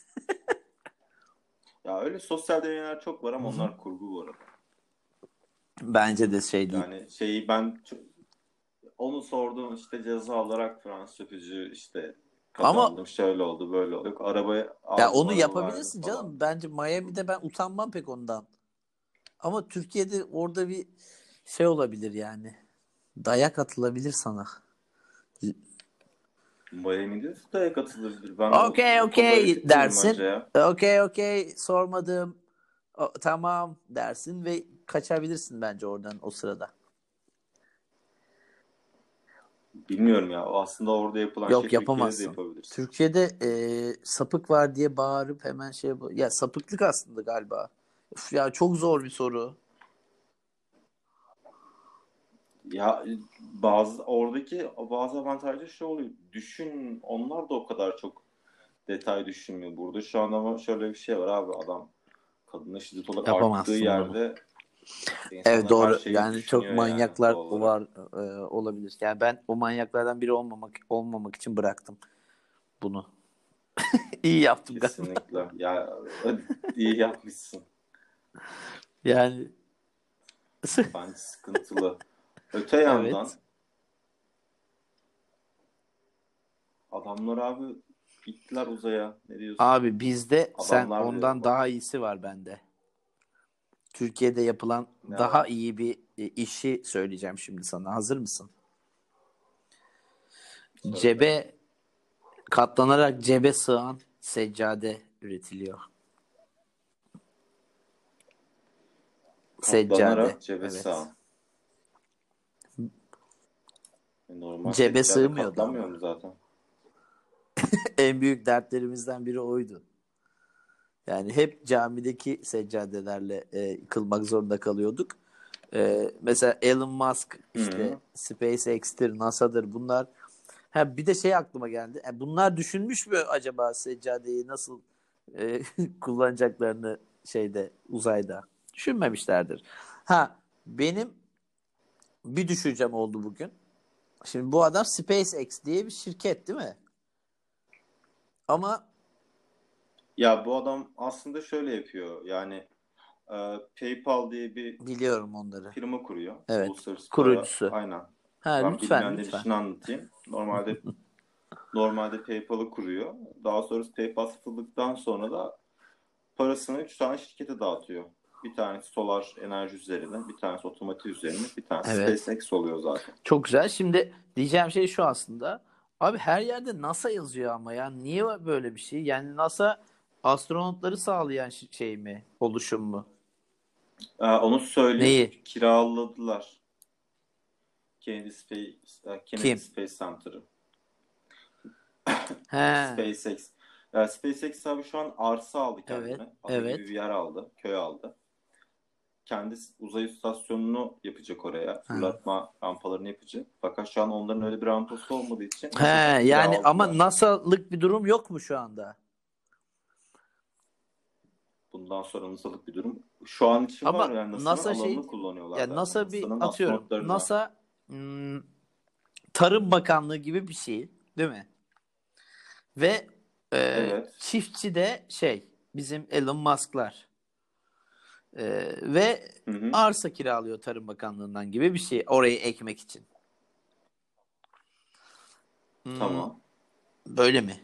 A: Ya öyle sosyal deneyler çok var
B: Hı
A: ama
B: hı.
A: onlar kurgu bu arada.
B: Bence de şey değil.
A: Yani şeyi ben çok- onu sordum işte, ceza olarak Fransız öpücü işte
B: Ama
A: kazandım, şöyle oldu böyle oldu. Yok, arabayı
B: ya
A: aldım,
B: onu
A: araba verdim
B: yapabilirsin
A: falan.
B: canım. Bence Miami'de ben utanmam pek ondan. Ama Türkiye'de orada bir şey olabilir yani. Dayak atılabilir sana.
A: Miami'de de katılabilir. Ben o,
B: Okey
A: o konuda
B: okey
A: etik değilim
B: dersin.
A: bence ya.
B: Okey okey sormadım. O, tamam dersin ve kaçabilirsin bence oradan o sırada.
A: Bilmiyorum ya. Aslında orada yapılan
B: Yok
A: şey Türkiye'de de
B: yapamazsın.
A: yapabilirsin.
B: Türkiye'de e, sapık var diye bağırıp hemen şey yap- ya sapıklık aslında galiba. Üf ya çok zor bir soru.
A: Ya bazı oradaki bazı avantajları şu oluyor. Düşün, onlar da o kadar çok detay düşünmüyor. Burada şu an ama şöyle bir şey var abi, adam kadına şiddet olarak arttığı
B: Yapamazsın onu.
A: yerde
B: Evet
A: insanlar her
B: doğru.
A: şeyi
B: Yani çok
A: düşünüyor yani
B: manyaklar
A: doğal olarak.
B: var e, olabilir. Yani ben o manyaklardan biri olmamak olmamak için bıraktım bunu. İyi yaptım galiba.
A: Kesinlikle. Ya iyi yapmışsın.
B: Yani
A: Bence sıkıntılı. Öte yandan
B: evet.
A: adamlar abi gittiler uzaya. Ne diyorsun?
B: Abi bizde sen
A: Adamlar diyorum
B: ondan
A: bak.
B: daha iyisi var bende. Türkiye'de yapılan
A: Ne
B: daha
A: var?
B: iyi bir e, işi söyleyeceğim şimdi sana. Hazır mısın?
A: Söyle.
B: Cebe katlanarak cebe sığan seccade üretiliyor. Seccade.
A: Katlanarak cebe
B: Evet.
A: sığan. E, normal
B: Cebe
A: seccade
B: sığmıyordu
A: katlanmıyor
B: ama.
A: mu zaten?
B: En büyük dertlerimizden biri oydu. Yani hep camideki seccadelerle e, kılmak zorunda kalıyorduk. E, mesela Elon Musk işte
A: Hı.
B: SpaceX'tir, NASA'dır bunlar. Ha, bir de şey aklıma geldi. E, bunlar düşünmüş mü acaba seccadeyi nasıl e, kullanacaklarını şeyde uzayda? Düşünmemişlerdir. Ha benim bir düşüncem oldu bugün. Şimdi bu adam SpaceX diye bir şirket değil mi? Ama
A: Ya bu adam aslında şöyle yapıyor. Yani e, PayPal diye bir
B: biliyorum onları.
A: firma kuruyor.
B: Evet.
A: Uluslararası para.
B: Kurucusu.
A: Aynen.
B: Ha
A: Ben
B: lütfen
A: bilmeyenler
B: lütfen.
A: için anlatayım. Normalde normalde PayPal'ı kuruyor. Daha sonrası PayPal satıldıktan sonra da parasını üç tane şirkete dağıtıyor. Bir tanesi solar enerji üzerine, bir tanesi otomotiv üzerine, bir tanesi
B: Evet.
A: SpaceX oluyor zaten.
B: Çok güzel. Şimdi diyeceğim şey şu aslında. Abi her yerde NASA yazıyor ama ya. Niye böyle bir şey? Yani NASA astronotları sağlayan ş- şey mi? Oluşum mu?
A: Ee, onu söyleyeyim.
B: Neyi?
A: Kiraladılar. Kennedy Space, e, Kennedy
B: Kim?
A: Space Center'ı.
B: He.
A: SpaceX. Ya SpaceX abi şu an arsa aldı
B: Evet.
A: kendine. Ada
B: Evet.
A: gibi bir yer aldı. Köy aldı. Kendi uzay istasyonunu yapacak oraya.
B: Ha.
A: Fırlatma rampalarını yapacak. Fakat şu an onların öyle bir rampası olmadığı için
B: He,
A: NASA'dan
B: yani ama
A: kiraladılar.
B: NASA'lık bir durum yok mu şu anda?
A: Bundan sonra NASA'lık bir durum. Şu an için var
B: Ama
A: yani NASA'nın
B: NASA şey,
A: alanını kullanıyorlar
B: ya
A: zaten.
B: NASA bir
A: NASA'nın
B: atıyorum.
A: astronotlarını.
B: NASA hmm, Tarım Bakanlığı gibi bir şey, değil mi? Ve e,
A: Evet.
B: çiftçi de şey, bizim Elon Musk'lar. E, ve
A: Hı hı.
B: arsa kiralıyor Tarım Bakanlığı'ndan gibi bir şey orayı ekmek için. Hmm,
A: Tamam.
B: böyle mi?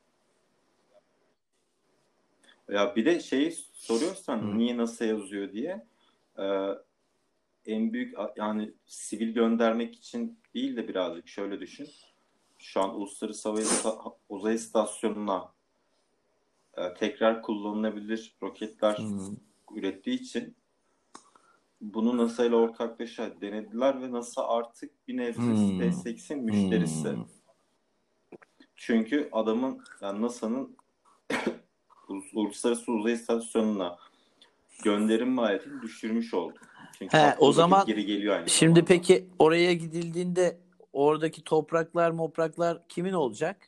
A: Ya bir de şeyi soruyorsan
B: Hmm.
A: niye NASA yazıyor diye e, en büyük yani sivil göndermek için değil de birazcık şöyle düşün. Şu an Uluslararası Hava İsta- Uzay İstasyonu'na e, tekrar kullanılabilir roketler
B: Hmm.
A: ürettiği için bunu NASA ile ortaklaşa denediler ve NASA artık bir nebze
B: Hmm.
A: SpaceX'in müşterisi.
B: Hmm.
A: Çünkü adamın yani NASA'nın Uluslararası Uzay İstasyonu'na gönderim maliyetini düşürmüş oldu. Çünkü
B: He, o
A: attığın roket
B: zaman
A: geri geliyor aynı
B: şimdi
A: zamanda.
B: peki oraya gidildiğinde oradaki topraklar, mopraklar kimin olacak?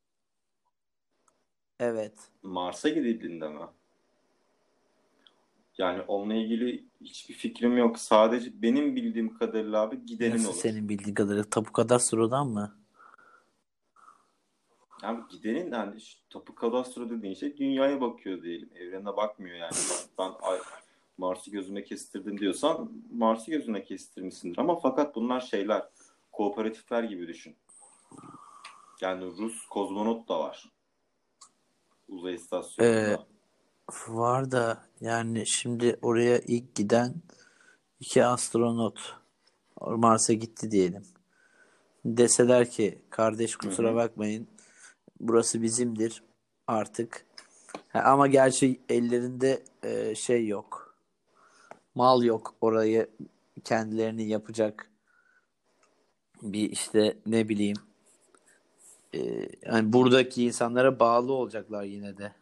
B: Evet.
A: Mars'a gidildiğinde mi? Yani onunla ilgili hiçbir fikrim yok. Sadece benim bildiğim kadarıyla abi gidenin
B: Nasıl,
A: olur.
B: senin bildiğin kadarıyla tapu kadar sıradan mı?
A: Yani gidenin yani şu tapu kadastro dediğin şey dünyaya bakıyor diyelim. Evrene bakmıyor yani. Ben, ben ay, Mars'ı gözüme kestirdim diyorsan Mars'ı gözüne kestirmişsindir. Ama fakat bunlar şeyler kooperatifler gibi düşün. Yani Rus kozmonot da var uzay
B: Ee,
A: istasyonunda.
B: var da yani şimdi oraya ilk giden iki astronot Mars'a gitti diyelim. Deseler ki kardeş
A: Hı
B: kusura
A: hı.
B: bakmayın burası bizimdir artık. Ha, ama gerçi ellerinde e, şey yok. Mal yok orayı kendilerini yapacak bir işte ne bileyim e, yani buradaki insanlara bağlı olacaklar yine de.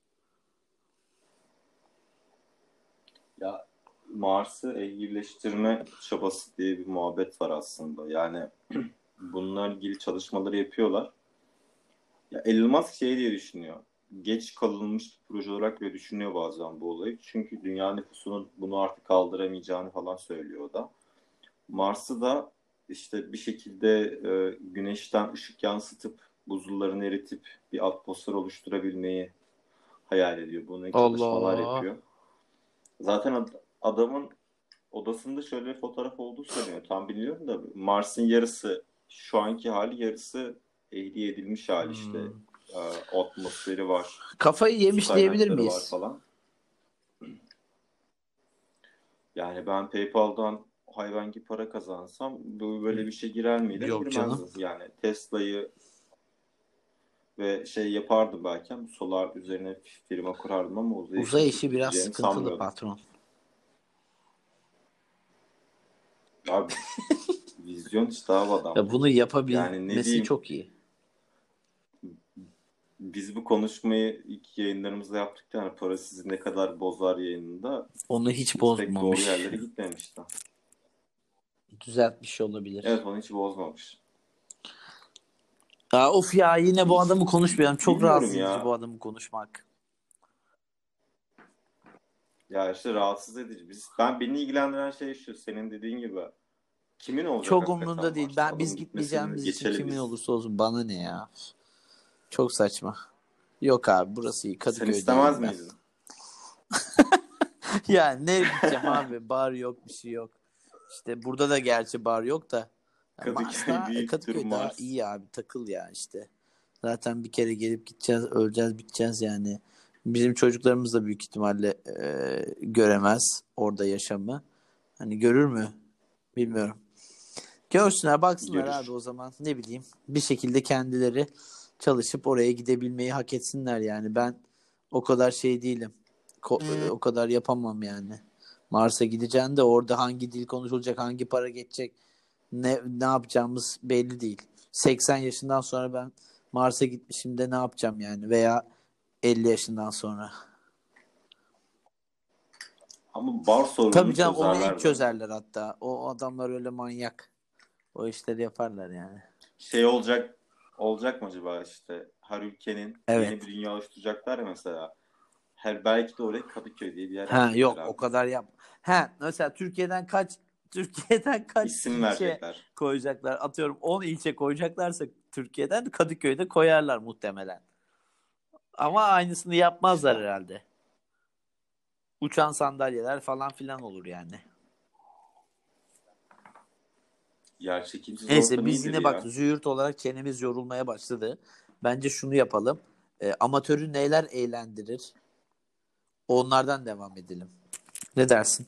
A: Ya Mars'ı evcilleştirme çabası diye bir muhabbet var aslında. Yani bununla ilgili çalışmaları yapıyorlar. Ya Elon Musk şey diye düşünüyor. Geç kalınmış bir proje olarak bile düşünüyor bazen bu olayı. Çünkü dünya nüfusunun bunu artık kaldıramayacağını falan söylüyor o da. Mars'ı da işte bir şekilde e, güneşten ışık yansıtıp buzullarını eritip bir atmosfer oluşturabilmeyi hayal ediyor. Bunun için çalışmalar
B: Allah.
A: yapıyor. Zaten ad- adamın odasında şöyle bir fotoğraf olduğu söyleniyor. Tam bilmiyorum da Mars'ın yarısı şu anki hali yarısı ehliye edilmiş hali işte.
B: Hmm.
A: Ee, atmosferi var,
B: Kafayı
A: su
B: yemiş diyebilir
A: kaynakları var
B: miyiz?
A: falan. Yani ben PayPal'dan hayvan gibi para kazansam bu böyle bir şey girer miydim?
B: Yok canım.
A: Girmezdim. Yani Tesla'yı ve şey yapardım belki ama solar üzerine firma kurardım ama uzaya
B: Uzay
A: kimse
B: işi biraz
A: gideceğini
B: sıkıntılı
A: sanmıyordum.
B: patron.
A: Abi vizyon işte abi
B: Ya
A: adamda.
B: bunu
A: Yani ne
B: yapabilmesi
A: diyeyim?
B: çok iyi.
A: Biz bu konuşmayı ilk yayınlarımızda yaptık da hani para sizi ne kadar bozar yayınında
B: Onu hiç
A: biz pek doğru
B: bozmamış.
A: yerlere gitmemişti.
B: Düzeltmiş olabilir.
A: Evet onu hiç bozmamış.
B: Ya of ya yine bu
A: Hiç
B: adamı konuşmayalım. Çok
A: bilmiyorum
B: rahatsız edici bu
A: ya.
B: adamı konuşmak.
A: Ya işte rahatsız edici. Biz, ben beni ilgilendiren şey şu senin dediğin gibi. Kimin olacak
B: Çok
A: hakikaten
B: umurunda değil.
A: Mars'ta?
B: Ben biz
A: Adamın gitmesini
B: gitmeyeceğimiz için
A: geçelim
B: kimin
A: biz.
B: olursa olsun bana ne ya. Çok saçma. Yok abi burası iyi.
A: Sen
B: Kadıköy'de
A: istemez
B: iyiyim ben.
A: miydin?
B: Ya nereye gideceğim abi? Bar yok, bir şey yok. İşte burada da gerçi bar yok da. Ya Mars
A: Kadıköy
B: daha, e,
A: büyüktür
B: Kadıköy daha
A: Mars.
B: iyi abi. Takıl ya işte. Zaten bir kere gelip gideceğiz, öleceğiz, biteceğiz yani. Bizim çocuklarımız da büyük ihtimalle e, göremez orada yaşamı. Hani görür mü? Bilmiyorum. Görsünler, baksınlar abi
A: Görür.
B: o zaman. Ne bileyim. Bir şekilde kendileri çalışıp oraya gidebilmeyi hak etsinler yani. Ben o kadar şey değilim. Ko- o kadar yapamam yani. Mars'a gideceksin de orada hangi dil konuşulacak, hangi para geçecek, ne ne yapacağımız belli değil. seksen yaşından sonra ben Mars'a gitmişim de ne yapacağım yani, veya elli yaşından sonra.
A: Ama bar
B: Tabii
A: sorununu
B: canım, onu
A: çözerler
B: ilk
A: bence.
B: çözerler hatta. O adamlar öyle manyak. O işleri yaparlar yani.
A: Şey olacak olacak mı acaba işte her ülkenin
B: Evet.
A: yeni bir dünya oluşturacaklar ya mesela. Her belki de oraya Kadıköy diye bir yer
B: Ha
A: yapacaklar
B: yok, o
A: abi.
B: kadar yap. Ha mesela Türkiye'den kaç Türkiye'den kaç
A: İsim
B: ilçe
A: verecekler.
B: koyacaklar? Atıyorum on ilçe koyacaklarsa Türkiye'den Kadıköy'de koyarlar muhtemelen. Ama aynısını yapmazlar
A: İşte.
B: herhalde. Uçan sandalyeler falan filan olur yani.
A: Yer çekimsiz
B: Neyse,
A: ortam
B: biz
A: iyidir
B: yine bak
A: ya.
B: züğürt olarak çenemiz yorulmaya başladı. Bence şunu yapalım. E, amatörü neler eğlendirir? Onlardan devam edelim. Ne dersin?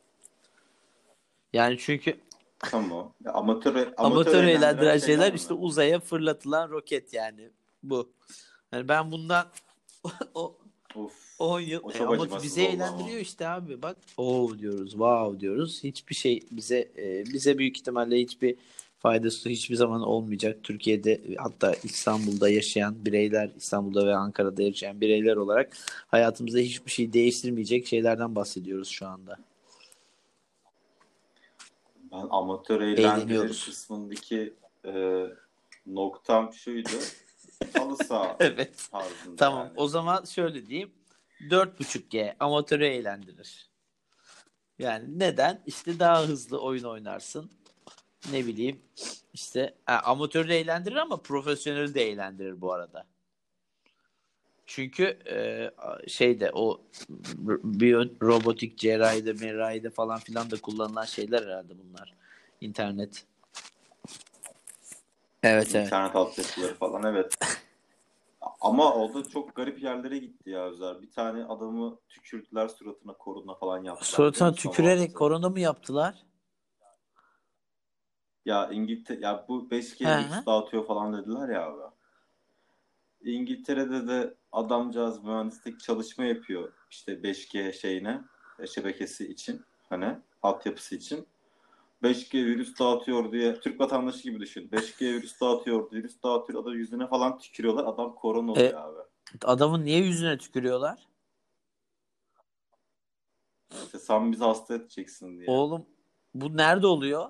B: Yani çünkü
A: Tamam. Ya amatör, amatör
B: amatör
A: eğlendiren
B: eğlendiren
A: şeyler
B: şeyler
A: mi?
B: işte uzaya fırlatılan roket yani bu. Yani ben bundan o
A: Of.
B: on yıl
A: O
B: e,
A: çok
B: ama
A: acımasız
B: bizi
A: oldu
B: eğlendiriyor
A: ama.
B: işte abi, bak. Oh diyoruz, wow diyoruz. Hiçbir şey bize e, bize büyük ihtimalle hiçbir faydası hiçbir zaman olmayacak. Türkiye'de, hatta İstanbul'da yaşayan bireyler, İstanbul'da ve Ankara'da yaşayan bireyler olarak hayatımızda hiçbir şey değiştirmeyecek şeylerden bahsediyoruz şu anda.
A: Ben amatör eğlendirir
B: Eğleniyoruz.
A: kısmındaki e, noktam şuydu. Halı saha
B: Evet.
A: tarzında
B: Tamam.
A: yani.
B: O zaman şöyle diyeyim. dört buçuk G amatörü eğlendirir. Yani neden? İşte daha hızlı oyun oynarsın. Ne bileyim. İşte ha, amatörü de eğlendirir ama profesyoneli de eğlendirir bu arada. Çünkü e, şeyde o biyo robotik cerrahide, merrahide falan filan da kullanılan şeyler herhalde bunlar. İnternet. Evet, evet.
A: İnternet altyapıları falan evet. Ama o da çok garip yerlere gitti ya Özer. Bir tane adamı tükürdüler suratına korona falan yaptılar biliyor
B: Suratına
A: musun o
B: tükürerek
A: muhabbeti?
B: korona mı yaptılar?
A: Ya İngiltere ya bu beş
B: He.
A: G virüs dağıtıyor falan dediler ya abi. İngiltere'de de adamcağız mühendislik çalışma yapıyor işte beş G şeyine e, şebekesi için hani altyapısı için. beş G virüs dağıtıyor diye Türk vatandaşı gibi düşün. beş G virüs dağıtıyor, virüs dağıtıyor. Adam yüzüne falan tükürüyorlar. Adam korona
B: E,
A: oluyor abi.
B: adamın niye yüzüne tükürüyorlar?
A: İşte sen bizi hasta edeceksin diye.
B: Oğlum, bu nerede oluyor?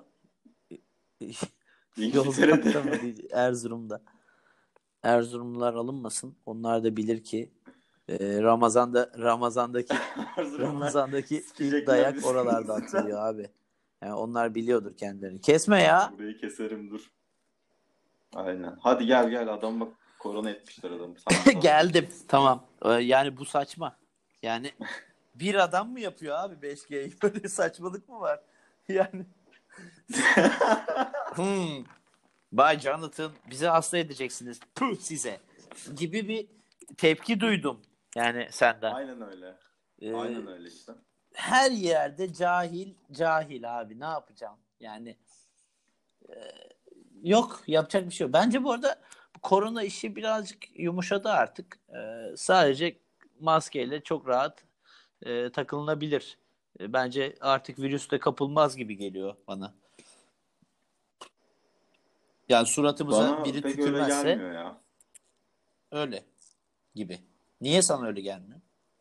A: İngiltere'de
B: Yozgat'ta mı diye, Erzurum'da. Erzurumlular alınmasın. Onlar da bilir ki e, Ramazan'da Ramazan'daki
A: Erzurumlar
B: Ramazan'daki ilk
A: sikecekler
B: dayak
A: bizi
B: oralarda
A: yüzünden.
B: atılıyor abi. Yani onlar biliyordur kendilerini. Kesme ya.
A: Burayı keserim dur. Aynen. Hadi gel gel adam bak korona etmişler adamı. Sen bizi hasta
B: Geldim.
A: edeceksin diye.
B: Tamam. Ee, Yani bu saçma. Yani bir adam mı yapıyor abi beş G'yi? Böyle saçmalık mı var? Yani hmm, Bay Jonathan, bizi hasta edeceksiniz. Puh size. Gibi bir tepki duydum. Yani senden.
A: Aynen öyle.
B: Ee,
A: Aynen öyle işte.
B: Her yerde cahil cahil abi, ne yapacağım? Yani yok, yapacak bir şey yok. Bence bu arada korona işi birazcık yumuşadı artık. Ee, sadece maskeyle çok rahat e, takılınabilir. E, bence artık virüste kapılmaz gibi geliyor bana. Yani suratımıza
A: Bana
B: biri
A: pek öyle
B: tükürmezse
A: gelmiyor ya.
B: öyle gibi. Niye sana öyle gelmiyor?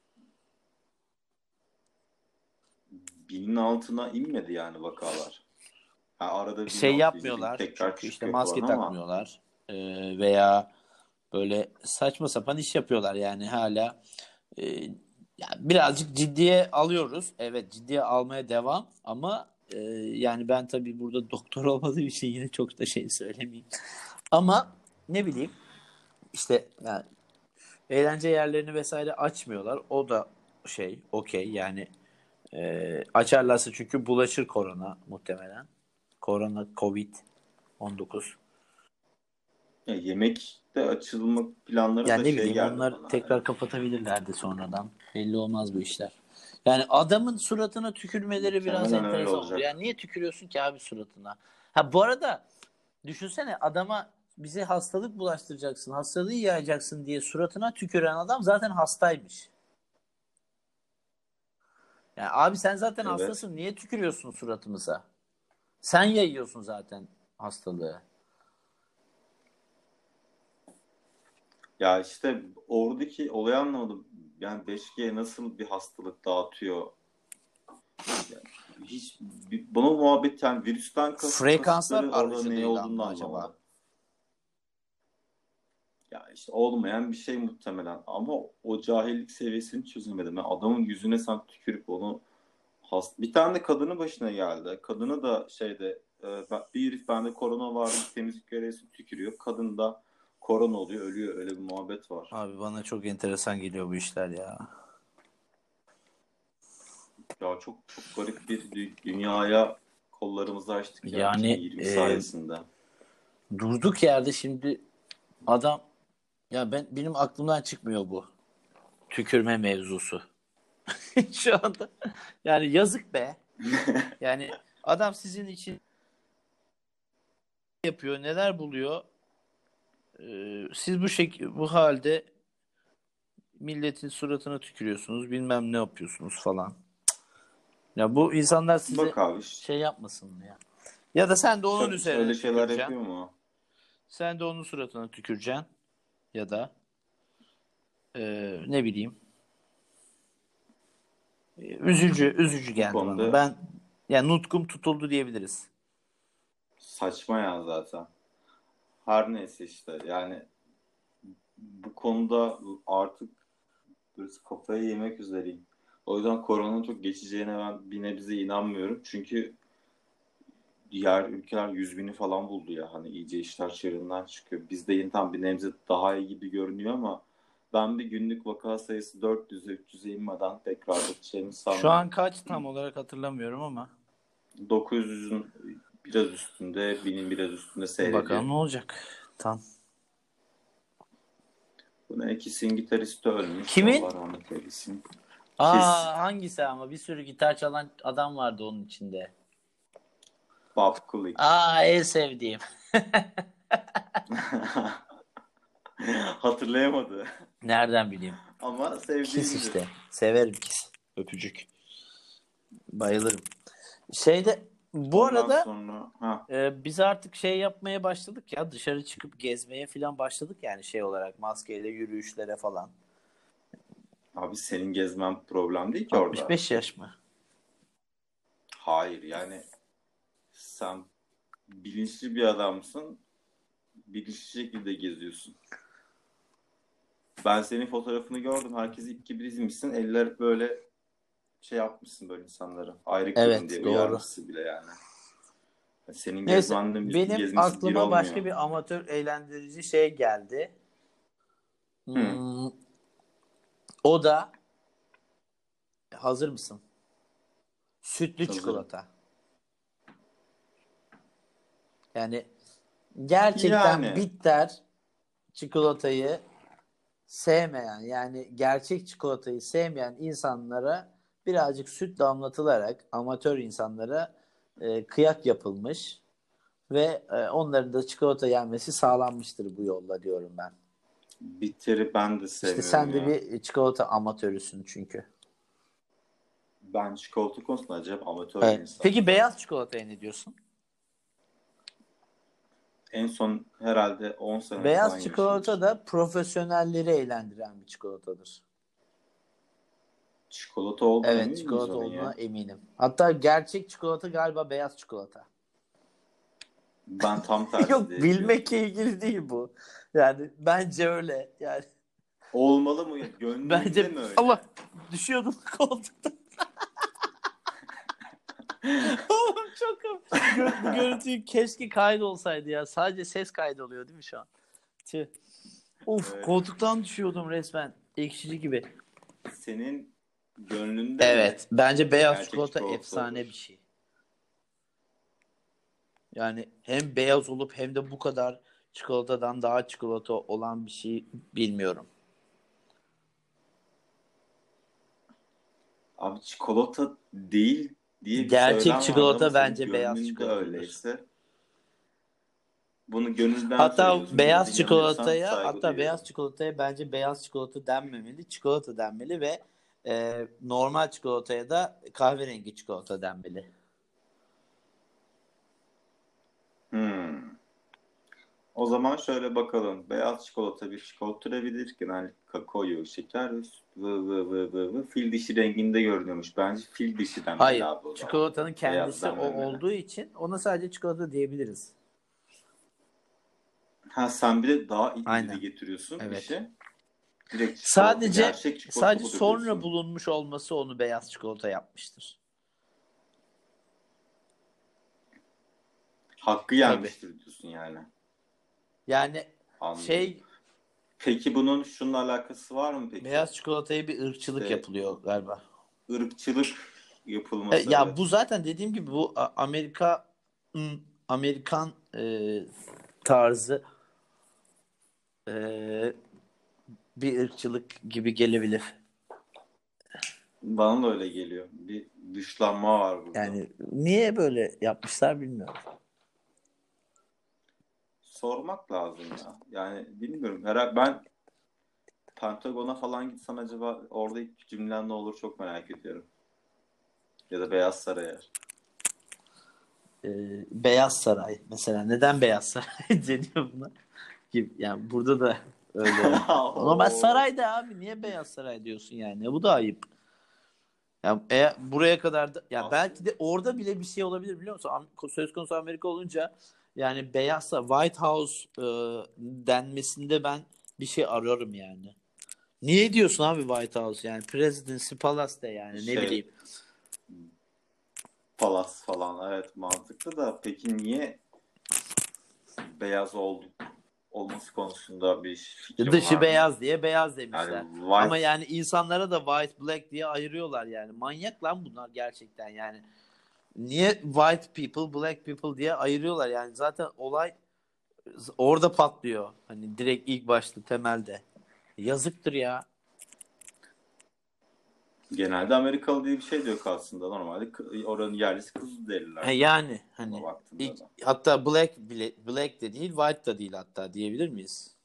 A: Binin altına inmedi yani vakalar. Ha, arada bin
B: Şey
A: altı yüze bin
B: yapmıyorlar
A: tekrar
B: çünkü işte
A: çıkıyor falan
B: maske
A: ama
B: takmıyorlar. E, veya böyle saçma sapan iş yapıyorlar yani hala. E, Ya birazcık ciddiye alıyoruz. Evet, ciddiye almaya devam ama e, yani ben tabii burada doktor olmadığım için yine çok da şey söylemeyeyim. Ama ne bileyim işte yani eğlence yerlerini vesaire açmıyorlar. O da şey okey yani, e, açarlarsa çünkü bulaşır korona muhtemelen. Korona, Covid on dokuz.
A: ya yemek de açılma planları da
B: Yani ne
A: şey
B: bileyim,
A: geldi
B: onlar
A: bana hani.
B: tekrar kapatabilirlerdi sonradan. Belli olmaz bu işler. Yani adamın suratına tükürmeleri biraz
A: Muhtemelen öyle
B: enteresan oldu.
A: olacak.
B: Yani niye tükürüyorsun ki abi suratına? Ha bu arada düşünsene, adama bize hastalık bulaştıracaksın, hastalığı yayacaksın diye suratına tüküren adam zaten hastaymış. Yani abi sen zaten
A: Evet.
B: hastasın, niye tükürüyorsun suratımıza? Sen yayıyorsun zaten hastalığı.
A: Ya işte oradaki olayı anlamadım. Yani beş G nasıl bir hastalık dağıtıyor? Yani hiç bunu muhabbet yani virüsten kas,
B: Frekanslar
A: kasıtları orada ne
B: aracılığıyla
A: olduğunu da
B: mı acaba?
A: anlamadım. Ya işte olmayan bir şey muhtemelen ama o cahillik seviyesini çözemedim. Yani adamın yüzüne sen tükürüp onu hast bir tane de kadının başına geldi. Kadını da şeyde e, ben- bir herif bende korona vardı temizlik görevlisi tükürüyor. Kadın da korona oluyor ölüyor öyle bir muhabbet var.
B: Abi bana çok enteresan geliyor bu işler ya.
A: Ya çok çok garip bir dü- dünyaya kollarımızı açtık ya
B: Yani
A: iki bin yirmi
B: e,
A: sayesinde.
B: durduk yerde şimdi adam, ya ben benim aklımdan çıkmıyor bu tükürme mevzusu. Şu anda yani yazık be. Yani adam sizin için yapıyor, neler buluyor. Ee, siz bu şek bu halde milletin suratına tükürüyorsunuz, bilmem ne yapıyorsunuz falan. Ya bu insanlar size
A: Bak abi ş-
B: şey yapmasın mı ya? Ya da sen de onun
A: şö- şöyle
B: üzerine
A: şeyler
B: tüküreceksin.
A: yapıyor mu?
B: Sen de onun suratına tüküreceksin. Ya da e, ne bileyim, e, üzücü üzücü
A: Bu
B: geldi bana.
A: konuda
B: Ben yani nutkum tutuldu diyebiliriz.
A: saçma ya zaten. Her neyse işte yani bu konuda artık böyle kafayı yemek üzereyim. O yüzden koronanın çok geçeceğine ben bir nebze inanmıyorum. Çünkü diğer ülkeler yüz bini falan buldu ya. Hani iyice işler çığırından çıkıyor. Bizde yine tam bir nebze daha iyi gibi görünüyor ama ben bir günlük vaka sayısı dört yüze üç yüze inmeden tekrar geçeceğimi
B: Şu
A: sanmıyorum.
B: an kaç tam olarak hatırlamıyorum ama
A: dokuz yüzün biraz üstünde, binin biraz üstünde seyrediyor.
B: bakalım ne olacak. Tam.
A: Buna ikisinin gitaristi ölmüş.
B: Kimin?
A: Allah rahmet eylesin. Kiss.
B: Aa, hangisi ama? Bir sürü gitar çalan adam vardı onun içinde.
A: Bob Kulick.
B: Aa, en sevdiğim.
A: Hatırlayamadı.
B: Nereden bileyim?
A: Ama
B: Kiss
A: sevdiğimdir.
B: işte. Severim Kiss. Öpücük. Bayılırım. Şeyde bu
A: Ondan
B: arada
A: sonra ha
B: e, biz artık şey yapmaya başladık ya, dışarı çıkıp gezmeye falan başladık yani, şey olarak maskeyle yürüyüşlere falan.
A: abi senin gezmen problem değil ki
B: altmış
A: orada.
B: beş yaş mı?
A: Hayır yani sen bilinçli bir adamsın. Bilinçli şekilde geziyorsun. Ben senin fotoğrafını gördüm. Herkes ip gibi dizmişsin. Eller böyle şey yapmışsın böyle insanlara. Ayrık durun
B: Evet,
A: diye
B: doğru.
A: uyarmışsın bile yani. Senin
B: Neyse,
A: gezmenle müziğin
B: benim
A: gezmesi bir
B: aklıma
A: olmuyor.
B: başka bir amatör eğlendirici şey geldi.
A: Hı,
B: Hmm, o da, hazır mısın? Sütlü
A: hazırım.
B: çikolata. Yani gerçekten
A: Yani
B: bitter çikolatayı sevmeyen, yani gerçek çikolatayı sevmeyen insanlara birazcık süt damlatılarak amatör insanlara e, kıyak yapılmış ve e, onların da çikolata yenmesi sağlanmıştır bu yolla diyorum ben.
A: bitteri ben de
B: İşte
A: sevmiyorum
B: sen de
A: ya.
B: bir çikolata amatörüsün çünkü.
A: Ben çikolata konusunda acayip amatör bir
B: Evet.
A: insanım.
B: Peki beyaz çikolataya ne diyorsun?
A: En son herhalde on sene önce falan
B: Beyaz çikolata
A: yemişimdir.
B: da profesyonelleri eğlendiren bir çikolatadır.
A: Çikolata olduğuna
B: Evet,
A: emin miyiz
B: çikolata
A: onun
B: olduğuna
A: ya?
B: eminim. Hatta gerçek çikolata galiba beyaz çikolata.
A: Ben tam tersi
B: Yok,
A: diye biliyordum.
B: bilmekle ilgili değil bu. Yani bence öyle. Yani
A: Olmalı mı? Gönlümde
B: bence
A: mi
B: Allah,
A: öyle?
B: düşüyordum koltuktan. Oğlum çok Gö- bu görüntüyü keşke kaydolsaydı ya. Sadece ses kaydoluyor değil mi şu an? Tüh. Uf,
A: Evet.
B: koltuktan düşüyordum resmen. Ekşici gibi.
A: Senin gönlünde mi
B: Evet, bence beyaz
A: gerçek
B: çikolata
A: çikolata
B: efsane bir
A: olur?
B: şey. Yani hem beyaz olup hem de bu kadar çikolatadan daha çikolata olan bir şey bilmiyorum.
A: Abi çikolata değil diye bir
B: Gerçek
A: söylem vardı ama
B: çikolata
A: senin
B: bence beyaz
A: gönlünde
B: çikolatadır.
A: öyleyse bunu gönülden
B: Hatta
A: söylüyorsun. Buna da
B: beyaz
A: inanıyorsan
B: çikolataya,
A: saygı
B: hatta beyaz
A: duyuyorum.
B: çikolataya bence beyaz çikolata denmemeli, çikolata denmeli ve e, normal çikolataya da kahverengi çikolata denmeli.
A: Hmm. O zaman şöyle bakalım. Beyaz çikolata bir çikolata türevidir. Genellikle kakao yağı, şeker ve süt vı vı vı vı vı. Fil dişi renginde görünüyormuş. Bence fil dişi denmeli
B: Hayır.
A: abi o zaman.
B: Çikolatanın
A: Beyaz
B: kendisi o
A: denmemeli.
B: olduğu için ona sadece çikolata diyebiliriz.
A: Ha sen bir de daha ileri
B: Aynen.
A: getiriyorsun
B: Evet.
A: işi. Direkt çikolata,
B: Sadece
A: gerçek çikolata
B: sadece
A: budur
B: sonra
A: diyorsun.
B: bulunmuş olması onu beyaz çikolata yapmıştır.
A: Hakkı
B: Tabii.
A: yenmiştir diyorsun yani.
B: Yani
A: Anladım.
B: şey
A: Peki bunun şununla alakası var mı peki?
B: beyaz çikolataya bir ırkçılık
A: İşte
B: yapılıyor galiba.
A: ırkçılık
B: E,
A: yapılması,
B: Ya bu
A: evet.
B: zaten dediğim gibi bu A- Amerika ım, Amerikan e, tarzı e, bir ırkçılık gibi gelebilir.
A: Bana da öyle geliyor. Bir dışlanma var burada.
B: Yani niye böyle yapmışlar bilmiyorum.
A: Sormak lazım ya. Yani bilmiyorum. Herhalde ben Pentagon'a falan gitsem acaba orada ilk cümlen ne olur çok merak ediyorum. Ya da Beyaz Saray'a.
B: E, Beyaz Saray mesela neden Beyaz Saray deniyor buna? Gibi. Yani burada da öyle yani. Normal
A: Oo.
B: sarayda abi niye Beyaz Saray diyorsun yani? Bu da ayıp. Ya eğer buraya kadar da ya
A: Aslında
B: belki de orada bile bir şey olabilir biliyor musun? Am- Söz konusu Amerika olunca yani Beyaz Saray, White House e, denmesinde ben bir şey arıyorum yani. Niye diyorsun abi White House yani Presidency Palace de yani ne
A: şey
B: bileyim.
A: Palas falan, evet, mantıklı da peki niye beyaz oldu, olması konusunda bir fikrim
B: Dışı
A: var mı?
B: beyaz diye beyaz demişler.
A: Yani
B: Ama
A: white
B: yani insanlara da white black diye ayırıyorlar yani. Manyak lan bunlar gerçekten yani. Niye white people, black people diye ayırıyorlar yani. Zaten olay orada patlıyor. Hani direkt ilk başta temelde. Yazıktır ya.
A: genelde Amerikalı diye bir şey de yok aslında. Normalde kı- oranın yerlisi
B: Ha
A: Kızılderililer
B: yani
A: ona
B: hani
A: baktığında
B: ilk
A: da.
B: hatta black bile, black de değil, white da değil hatta diyebilir miyiz?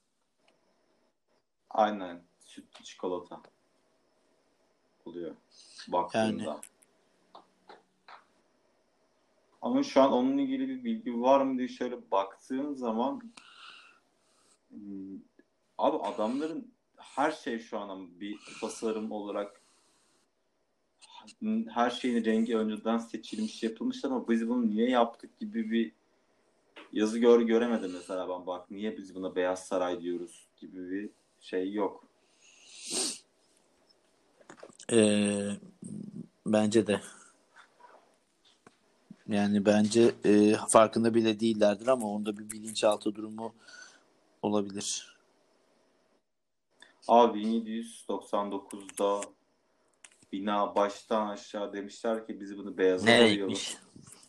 A: Aynen sütlü çikolata oluyor
B: Yani
A: baktığında. Ama şu an onunla ilgili bir bilgi var mı diye şöyle baktığım zaman hmm, abi adamların her şey şu an bir tasarım olarak her şeyin rengi önceden seçilmiş yapılmış ama biz bunu niye yaptık gibi bir yazı gör göremedim mesela ben bak niye biz buna Beyaz Saray diyoruz gibi bir şey yok.
B: e, bence de yani bence e, farkında bile değillerdir ama onda bir bilinçaltı durumu olabilir.
A: Abi bin yedi yüz doksan dokuzda bina baştan aşağı demişler ki biz bunu beyaza boyayalım.
B: Nereymiş?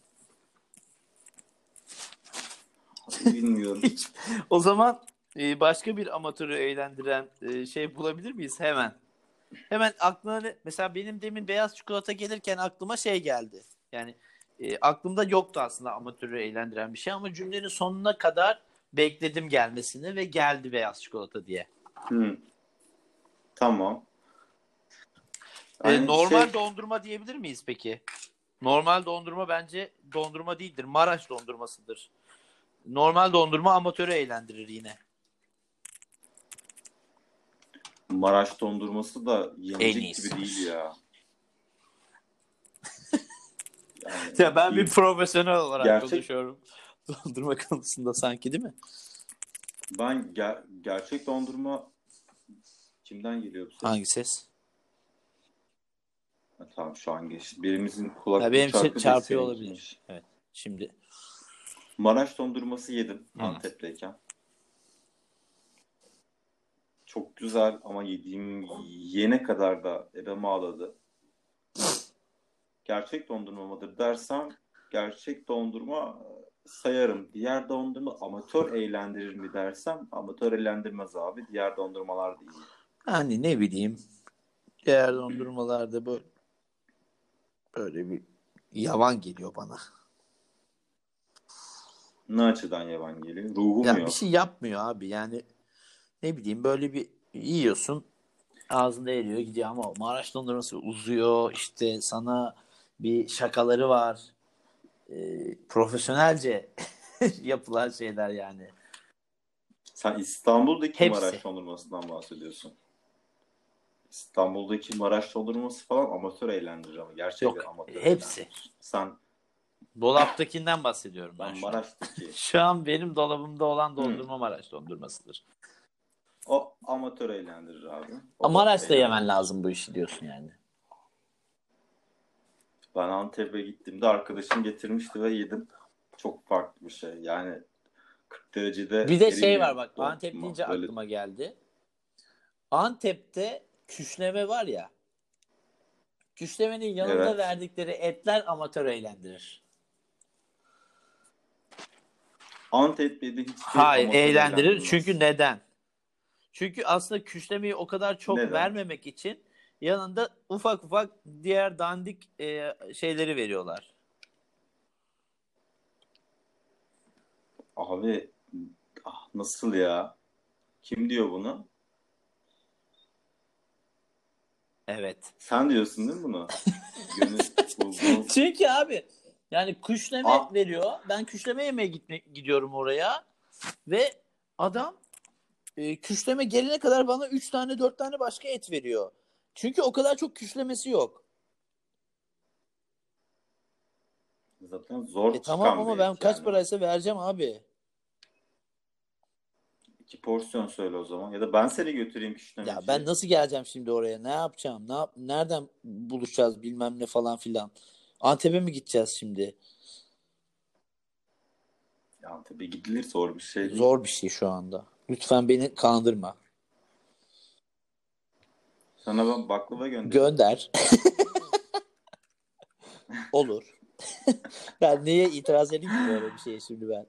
A: Bilmiyorum.
B: Hiç. O zaman e, başka bir amatörü eğlendiren e, şey bulabilir miyiz? Hemen. Hemen aklına ne? Mesela benim demin beyaz çikolata gelirken aklıma şey geldi. Yani e, aklımda yoktu aslında amatörü eğlendiren bir şey ama cümlenin sonuna kadar bekledim gelmesini ve geldi beyaz çikolata diye.
A: Hmm, tamam.
B: E,
A: Yani şey
B: normal dondurma diyebilir miyiz peki? Normal dondurma bence dondurma değildir. Maraş dondurmasıdır. Normal dondurma amatörü eğlendirir yine.
A: Maraş dondurması da
B: En
A: yenecek gibi değil
B: iyisidir.
A: ya. Yani
B: Ya ben bir
A: bir
B: profesyonel olarak
A: gerçek
B: konuşuyorum. Dondurma konusunda sanki değil mi?
A: ben ger- gerçek dondurma kimden geliyor bu ses?
B: Hangi ses?
A: Ha, tamam şu an geçti. Birimizin
B: Ya
A: kulaklığı
B: benim için
A: çarpıyor da
B: çarpıyor olabilir.
A: seninkiymiş.
B: Evet. Şimdi.
A: Maraş dondurması yedim
B: Hı.
A: Antep'teyken. Çok güzel ama yediğim yene kadar da ebem ağladı. Gerçek dondurma mıdır dersem gerçek dondurma sayarım. Diğer dondurma amatör eğlendirir mi dersem amatör eğlendirmez abi. Diğer dondurmalar değil.
B: Hani ne bileyim. Diğer dondurmalarda böyle, böyle bir yavan geliyor bana.
A: Ne açıdan yavan geliyor? Ruhum
B: Ya bir şey
A: yok.
B: yapmıyor abi. Yani ne bileyim böyle bir yiyorsun. Ağzında eriyor gidiyor ama Maraş dondurması uzuyor. İşte sana bir şakaları var. Ee, profesyonelce yapılan şeyler yani.
A: Sen İstanbul'daki
B: Hepsi.
A: Maraş dondurmasından bahsediyorsun. İstanbul'daki Maraş dondurması falan amatör eğlendirir ama gerçekten
B: Yok,
A: amatör
B: hepsi.
A: eğlendirir. Sen
B: Dolaptakinden bahsediyorum ben
A: ben
B: şu an.
A: Maraş'taki
B: Şu an benim dolabımda olan
A: hmm,
B: dondurma Maraş dondurmasıdır.
A: o amatör eğlendirir abi. O
B: Ama
A: da
B: Maraş'ta yemen
A: eğlendirir.
B: lazım bu işi diyorsun yani.
A: Ben Antep'e gittiğimde arkadaşım getirmişti ve yedim. Çok farklı bir şey. Yani kırk derecede
B: Bir de şey var
A: erimiyor
B: bak, Antep
A: dondurma.
B: deyince
A: Öyle
B: aklıma geldi. Antep'te küşleme var ya. Küşlemenin yanında
A: evet.
B: verdikleri etler amatör eğlendirir.
A: Antep'te de hiçbir
B: Hayır,
A: amatör
B: eğlendirir. Çünkü
A: eğlendirmez.
B: neden? Çünkü aslında küşlemeyi o kadar çok
A: Neden?
B: vermemek için yanında ufak ufak diğer dandik e, şeyleri veriyorlar.
A: Abi ah, nasıl ya? Kim diyor bunu?
B: Evet.
A: Sen diyorsun değil mi bunu? Gönül bu, bu
B: Çünkü abi yani küşleme
A: a,
B: veriyor. Ben küşleme yemeye gitme, gidiyorum oraya ve adam e, küşleme gelene kadar bana üç tane dört tane başka et veriyor. Çünkü o kadar çok küşlemesi yok.
A: zaten
B: E
A: zor
B: tamam
A: çıkan bir
B: ama ben
A: et
B: kaç
A: yani o.
B: paraysa vereceğim abi.
A: İki porsiyon söyle o zaman. Ya da ben seni götüreyim
B: Ya ben
A: kişnemeciye.
B: nasıl geleceğim şimdi oraya? Ne yapacağım? Ne yap nereden buluşacağız bilmem ne falan filan. Antep'e mi gideceğiz şimdi?
A: Ya tabii gidilir, zor bir şey değil.
B: Zor bir şey şu anda. Lütfen beni kandırma.
A: Sana ben baklava göndereyim.
B: Gönder. Olur. Ben neye itiraz edeyim ki böyle bir şeye şimdi ben?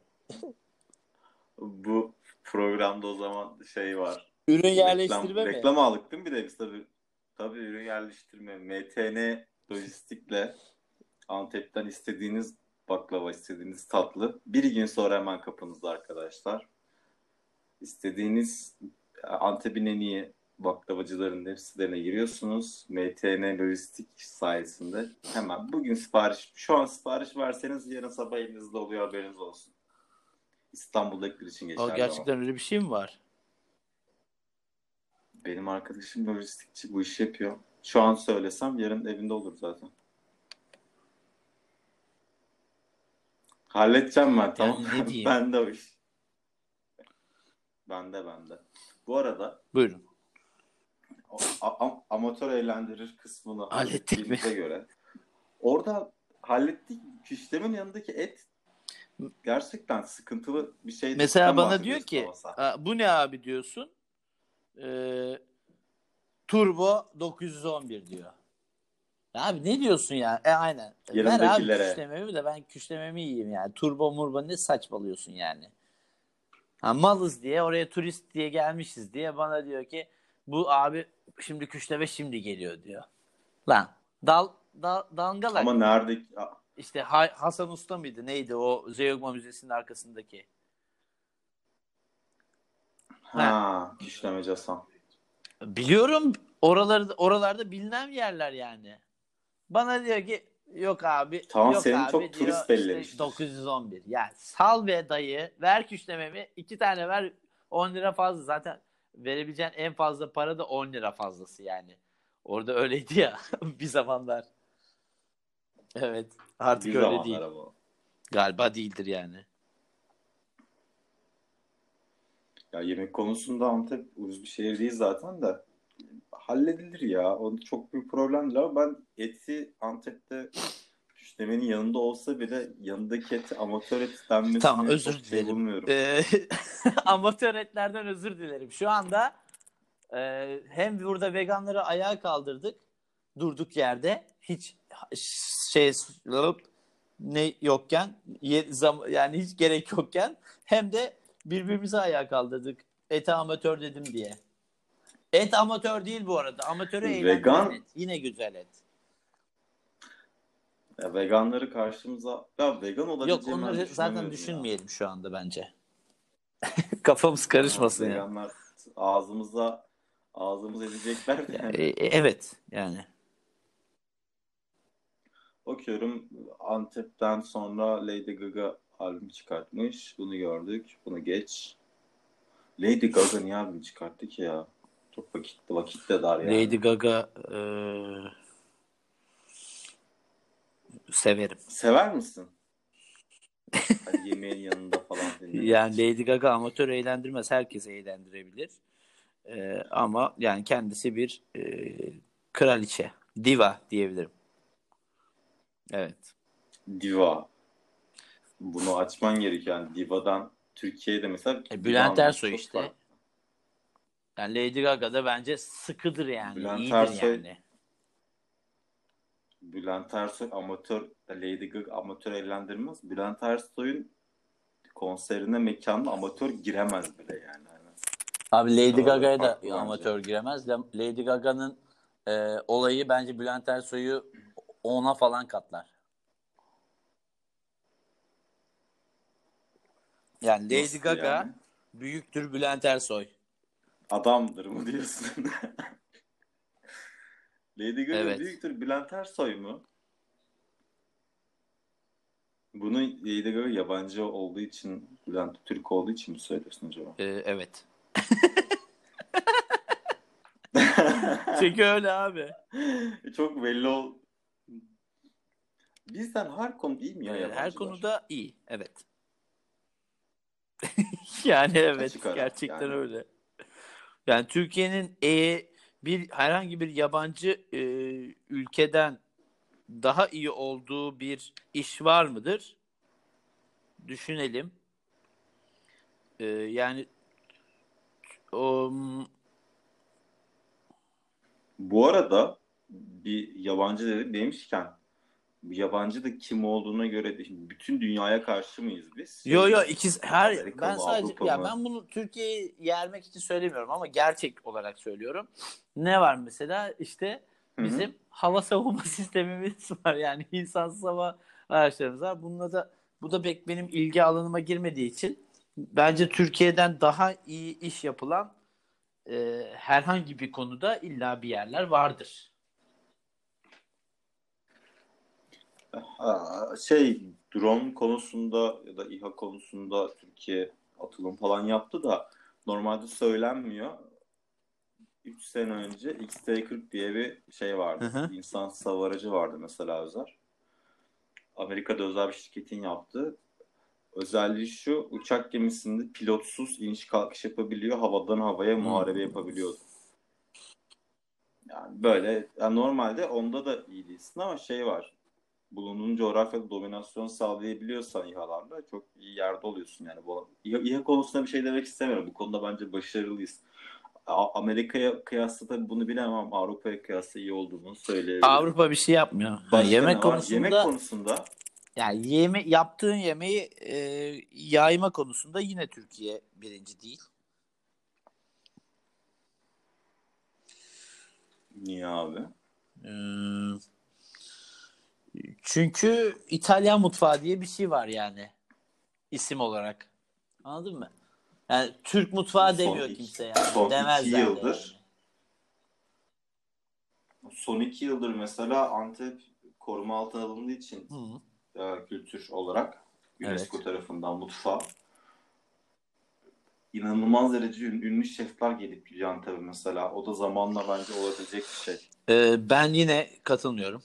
A: Bu programda o zaman şey var.
B: Ürün
A: Reklam
B: yerleştirme mi?
A: reklam aldık değil mi bir de biz tabii. Tabii ürün yerleştirme. M T N Lojistik'le Antep'ten istediğiniz baklava, istediğiniz tatlı bir gün sonra hemen kapınızda arkadaşlar. İstediğiniz Antep'in en iyi baklavacıların web sitelerine giriyorsunuz. M T N Lojistik sayesinde hemen bugün sipariş, şu an sipariş verseniz yarın sabah elinizde oluyor, haberiniz olsun. İstanbul'dakiler için
B: O
A: geçerli ama.
B: gerçekten öyle bir şey mi var?
A: Benim arkadaşım lojistikçi, bu işi yapıyor. Şu an söylesem yarın evinde olur zaten. Halledeceğim ben, tamam.
B: Yani ne diyeyim?
A: Bende o iş. Bende bende. Bu arada
B: Buyurun.
A: o a- amatör eğlendirir kısmını
B: Hallettik mi?
A: hallettiğimize göre orada hallettik. Küşlemin yanındaki et gerçekten sıkıntılı bir
B: Mesela
A: şeyden
B: bana diyor
A: bahsediyorsun
B: ki
A: ama sen.
B: bu ne abi diyorsun. Ee, Turbo dokuz yüz on bir diyor. Ya abi ne diyorsun ya? E aynen. Ver abi
A: Yanındakilere.
B: küşlememi de ben küşlememi yiyeyim yani. Turbo murba ne saçmalıyorsun yani. Ha, malız diye oraya turist diye gelmişiz diye bana diyor ki bu abi şimdi küşleme şimdi geliyor diyor. Lan dal, dal
A: Ama
B: dangalak.
A: nerede?
B: İşte Ha- Hasan Usta mıydı? Neydi o Zeugma Müzesi'nin arkasındaki? Ha,
A: Ha, küşlemeci Hasan.
B: biliyorum oralarda oralarda bilinen yerler yani. Bana diyor ki yok abi
A: Tamam,
B: yok
A: senin
B: abi
A: çok
B: diyor
A: turist
B: işte
A: bellemiştir.
B: dokuz yüz on bir. Ya sal be dayı ver küşlememi iki tane ver on lira fazla zaten verebileceğin en fazla para da on lira fazlası yani. Orada öyleydi ya bir zamanlar. Evet artık
A: Bir
B: öyle
A: zamanlar
B: değil.
A: ama.
B: Galiba değildir yani.
A: Ya yemek konusunda Antep ucuz bir şehir değil zaten de. Halledilir ya. O çok büyük problem değil ama ben eti Antep'te küşlemenin yanında olsa bile yanındaki eti amatör et
B: Tamam
A: denmesini çok
B: özür
A: şey
B: dilerim.
A: bulmuyorum.
B: Ee, amatör etlerden özür dilerim. Şu anda e, hem burada veganları ayağa kaldırdık durduk yerde hiç şey ne yokken ye- zam, yani hiç gerek yokken hem de birbirimize ayağa kaldırdık. Ete amatör dedim diye. Et amatör değil bu arada. Amatörü eğlendiren et.
A: Vegan
B: Yine güzel et.
A: ya veganları karşımıza, ya vegan
B: Yok
A: olabileceğimi ben
B: onları zaten
A: düşünemiyorum ya.
B: düşünmeyelim şu anda bence. Kafamız
A: Ha,
B: karışmasın ya.
A: veganlar ağzımıza ağzımız edecekler de
B: Ya, e-
A: yani.
B: e- evet yani.
A: Bakıyorum Antep'ten sonra Lady Gaga albüm çıkartmış. Bunu gördük. Bunu geç. Lady Gaga niye albüm çıkarttı ki ya? Çok vakit, vakit de dar yani.
B: Lady Gaga e, severim.
A: Sever misin? Hani yemeğin yanında falan dinlemek
B: Yani
A: için.
B: Lady Gaga amatör eğlendirmez. Herkese eğlendirebilir. E, ama yani kendisi bir e, kraliçe. Diva diyebilirim. Evet.
A: Diva. Bunu açman gerekiyor. Yani Diva'dan Türkiye'de mesela
B: E,
A: diva
B: Bülent
A: anlamı
B: Ersoy
A: çok
B: işte.
A: farklı.
B: Yani Lady Gaga da bence sıkıdır yani.
A: Bülent
B: İyidir
A: Ersoy
B: yani.
A: Bülent Ersoy amatör Lady Gaga amatör eğlendirmez. Bülent Ersoy'un konserine mekanına amatör giremez bile yani. Yani
B: Abi
A: o
B: Lady
A: kadar
B: Gaga'ya da
A: farklı bence.
B: amatör giremez. La- Lady Gaga'nın e, olayı bence Bülent Ersoy'u ona falan katlar. Yani Lady
A: Nasıl
B: Gaga
A: yani?
B: büyüktür Bülent Ersoy.
A: Adamdır mı diyorsun? Lady Gaga
B: Evet.
A: büyüktür Bülent Ersoy mu? Bunu Lady Gaga yabancı olduğu için, Bülent Türk olduğu için mi söylüyorsun acaba?
B: E, evet. Çünkü öyle abi.
A: Çok belli ol. Bizden her konuda iyi mi ya
B: E, her
A: yabancılar?
B: konuda iyi. Evet. Yani
A: Açık
B: evet.
A: ara
B: Gerçekten
A: yani.
B: öyle. Yani Türkiye'nin e, bir herhangi bir yabancı e, ülkeden daha iyi olduğu bir iş var mıdır? Düşünelim. E, yani o
A: Bu arada bir yabancı dedi demişken bu yabancı da kim olduğuna göre de şimdi bütün dünyaya karşı mıyız biz? Şey
B: yo yo
A: mi?
B: ikiz her
A: Amerika
B: ben
A: mı,
B: sadece
A: Avrupa
B: ya
A: mı?
B: ben bunu Türkiye'yi yermek için söylemiyorum ama gerçek olarak söylüyorum. Ne var mesela işte
A: Hı hı.
B: bizim hava savunma sistemimiz var yani insansız hava araçlarımız var. Bununla da bu da pek benim ilgi alanıma girmediği için bence Türkiye'den daha iyi iş yapılan e, herhangi bir konuda illa bir yerler vardır.
A: Aa, şey drone konusunda ya da İHA konusunda Türkiye atılım falan yaptı da normalde söylenmiyor. üç sene önce X T kırk diye bir şey
B: Hı
A: vardı.
B: hı.
A: İnsansız hava aracı vardı mesela özel. Amerika'da özel bir şirketin yaptığı. Özelliği şu, uçak gemisinde pilotsuz iniş kalkış yapabiliyor, havadan havaya muharebe
B: Hmm.
A: yapabiliyordu. Yani böyle, yani normalde onda da iyi değilsin ama şey var, bulunduğun coğrafyada dominasyon sağlayabiliyorsan İHA'larla çok iyi yerde oluyorsun yani. Bu İHA, İHA konusunda bir şey demek istemiyorum. Bu konuda bence başarılıyız. A- Amerika'ya kıyasla tabii bunu bilemem ama Avrupa'ya kıyasla iyi olduğunu söyleyebilirim.
B: Avrupa bir şey yapmıyor. Ha,
A: Başka
B: yemek
A: ne var? Yemek
B: konusunda
A: konusunda
B: yani yeme yaptığın yemeği e, yayma konusunda yine Türkiye birinci değil.
A: niye abi?
B: Ee, çünkü İtalyan mutfağı diye bir şey var yani isim olarak. Anladın mı? Yani Türk
A: Şimdi
B: mutfağı
A: son
B: demiyor
A: iki,
B: kimse yani.
A: son iki
B: Demezler de yani.
A: yıldır son iki yıldır mesela Antep koruma altına alındığı için
B: Hı,
A: e, kültür olarak UNESCO
B: evet.
A: tarafından mutfağa inanılmaz derece ün- ünlü şefler gelip gidiyor Antep'e mesela. O da zamanla bence olabilecek bir şey.
B: Ee, ben yine katılmıyorum.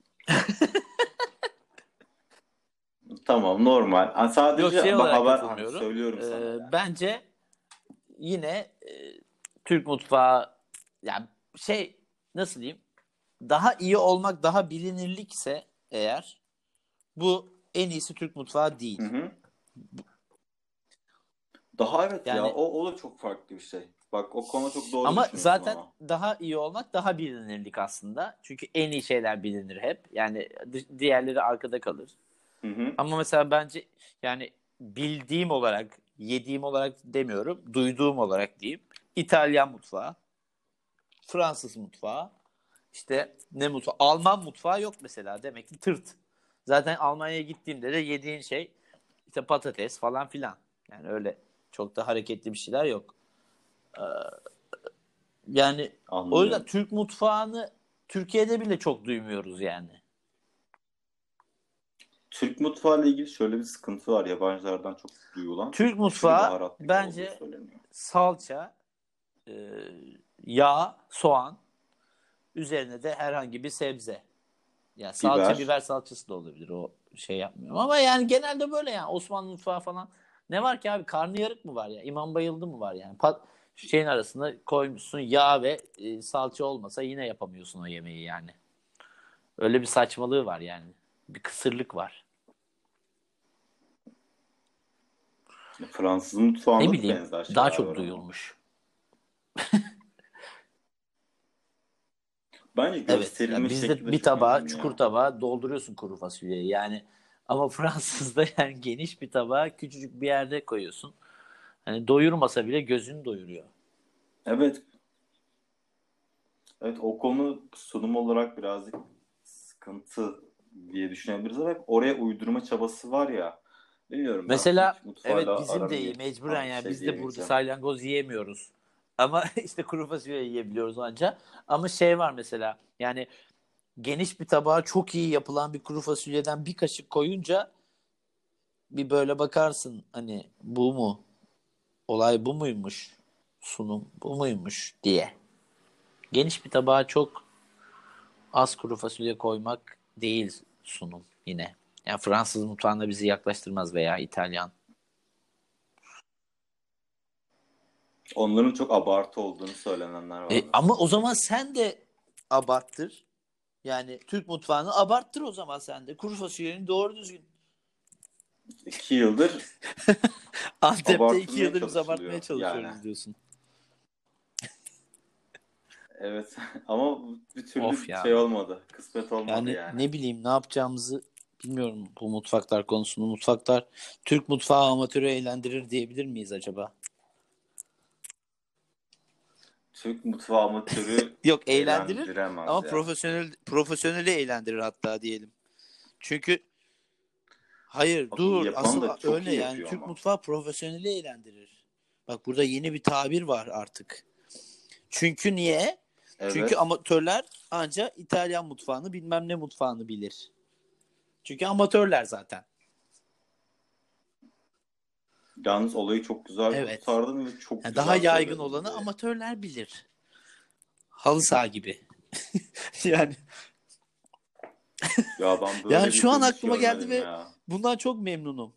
A: Tamam normal. Ha,
B: Yok
A: sadece
B: şey
A: ben
B: olarak
A: haber hani
B: katılmıyorum.
A: söylüyorum sana
B: Ee,
A: yani.
B: bence yine e, Türk mutfağı yani şey nasıl diyeyim? Daha iyi olmak, daha bilinirlikse eğer bu en iyisi Türk mutfağı
A: Hı
B: değil.
A: hı. Daha evet ya
B: Yani
A: o, o da çok farklı bir şey. Bak o konuda çok doğru
B: ama
A: düşünüyorsun
B: zaten
A: ama.
B: daha iyi olmak daha bilinirlik aslında. Çünkü en iyi şeyler bilinir hep. Yani di- diğerleri arkada kalır.
A: Hı hı.
B: Ama mesela bence yani bildiğim olarak, yediğim olarak demiyorum, duyduğum olarak diyeyim. İtalyan mutfağı, Fransız mutfağı, işte ne mutfağı, Alman mutfağı yok mesela. Demek ki tırt. Zaten Almanya'ya gittiğimde de yediğin şey işte patates falan filan. Yani öyle çok da hareketli bir şeyler yok. Yani o yüzden
A: Anlıyorum.
B: Türk mutfağını Türkiye'de bile çok duymuyoruz yani.
A: Türk mutfağı ile ilgili şöyle bir sıkıntı var. Yabancılardan çok duyulan.
B: Türk
A: Aşırı
B: mutfağı
A: baharatlı olduğu
B: bence
A: söyleniyor.
B: salça, e, yağ, soğan, üzerine de herhangi bir sebze. Yani salça,
A: Biber.
B: biber salçası da olabilir. O şey yapmıyorum. Ama yani genelde böyle yani Osmanlı mutfağı falan. Ne var ki abi? Karnıyarık mı var ya? İmam bayıldı mı var yani? Pat, şeyin arasında koymuşsun yağ ve e, salça olmasa yine yapamıyorsun o yemeği yani. Öyle bir saçmalığı var yani. Bir kısırlık var.
A: Fransız
B: Ne
A: mutfağında da
B: bileyim,
A: benzer
B: daha
A: şeyler
B: çok
A: var ama.
B: duyulmuş.
A: Bence
B: Evet.
A: gösterilme
B: Ya
A: şekli
B: bizde
A: de
B: bir
A: çok
B: tabağa,
A: önemli
B: çukur
A: ya.
B: tabağa dolduruyorsun kuru fasulyeyi. Yani ama Fransız'da yani geniş bir tabağa küçücük bir yerde koyuyorsun. Hani doyurmasa bile gözünü doyuruyor.
A: Evet. Evet, o konu sunum olarak birazcık sıkıntı diye düşünebiliriz ama hep oraya uydurma çabası var ya. Bilmiyorum, ben
B: Mesela
A: Türk
B: evet,
A: mutfağıyla
B: bizim de
A: aram
B: iyi.
A: iyi.
B: Mecburen
A: Tam bir
B: yani
A: şey
B: biz de burada
A: diyemeyeceğim.
B: salyangoz yiyemiyoruz. Ama işte kuru fasulye yiyebiliyoruz anca. Ama şey var mesela yani geniş bir tabağa çok iyi yapılan bir kuru fasulyeden bir kaşık koyunca bir böyle bakarsın hani bu mu? Olay bu muymuş? Sunum bu muymuş diye. Geniş bir tabağa çok az kuru fasulye koymak değil sunum yine. Yani Fransız mutfağına bizi yaklaştırmaz veya İtalyan.
A: Onların çok abartı olduğunu söylenenler
B: E,
A: var
B: ama
A: mesela.
B: o zaman sen de abarttır. Yani Türk mutfağını abarttır o zaman sen de. Kuru fasulyenin doğru düzgün.
A: İki yıldır
B: Antep'te iki
A: abartılmaya
B: yıldır biz abartmaya
A: çalışılıyor yani.
B: çalışıyoruz diyorsun.
A: Evet ama bir
B: Of
A: türlü şey
B: ya.
A: olmadı. Kısmet olmadı
B: Yani
A: yani.
B: ne bileyim ne yapacağımızı bilmiyorum bu mutfaklar konusunda. Mutfaklar Türk mutfağı amatörü eğlendirir diyebilir miyiz acaba?
A: Türk mutfağı amatörü
B: Yok, eğlendirir
A: eğlendiremez
B: ama
A: ya.
B: profesyonel profesyoneli eğlendirir hatta diyelim. Çünkü hayır
A: Bak,
B: dur
A: yapan
B: asıl
A: da çok
B: öyle
A: iyi
B: yani
A: yapıyor
B: Türk
A: ama.
B: mutfağı profesyoneli eğlendirir. Bak burada yeni bir tabir var artık. Çünkü niye? Çünkü
A: Evet.
B: amatörler anca İtalyan mutfağını bilmem ne mutfağını bilir. Çünkü amatörler zaten.
A: Yalnız olayı çok güzel
B: Evet.
A: kurtardın ve çok
B: Yani daha
A: güzel
B: yaygın
A: söyledin
B: olanı
A: diye.
B: amatörler bilir. Halı saha gibi. yani
A: Ya ben
B: yani
A: böyle bir
B: şu an
A: gülüş
B: aklıma geldi
A: görmedim
B: ve
A: ya.
B: bundan çok memnunum.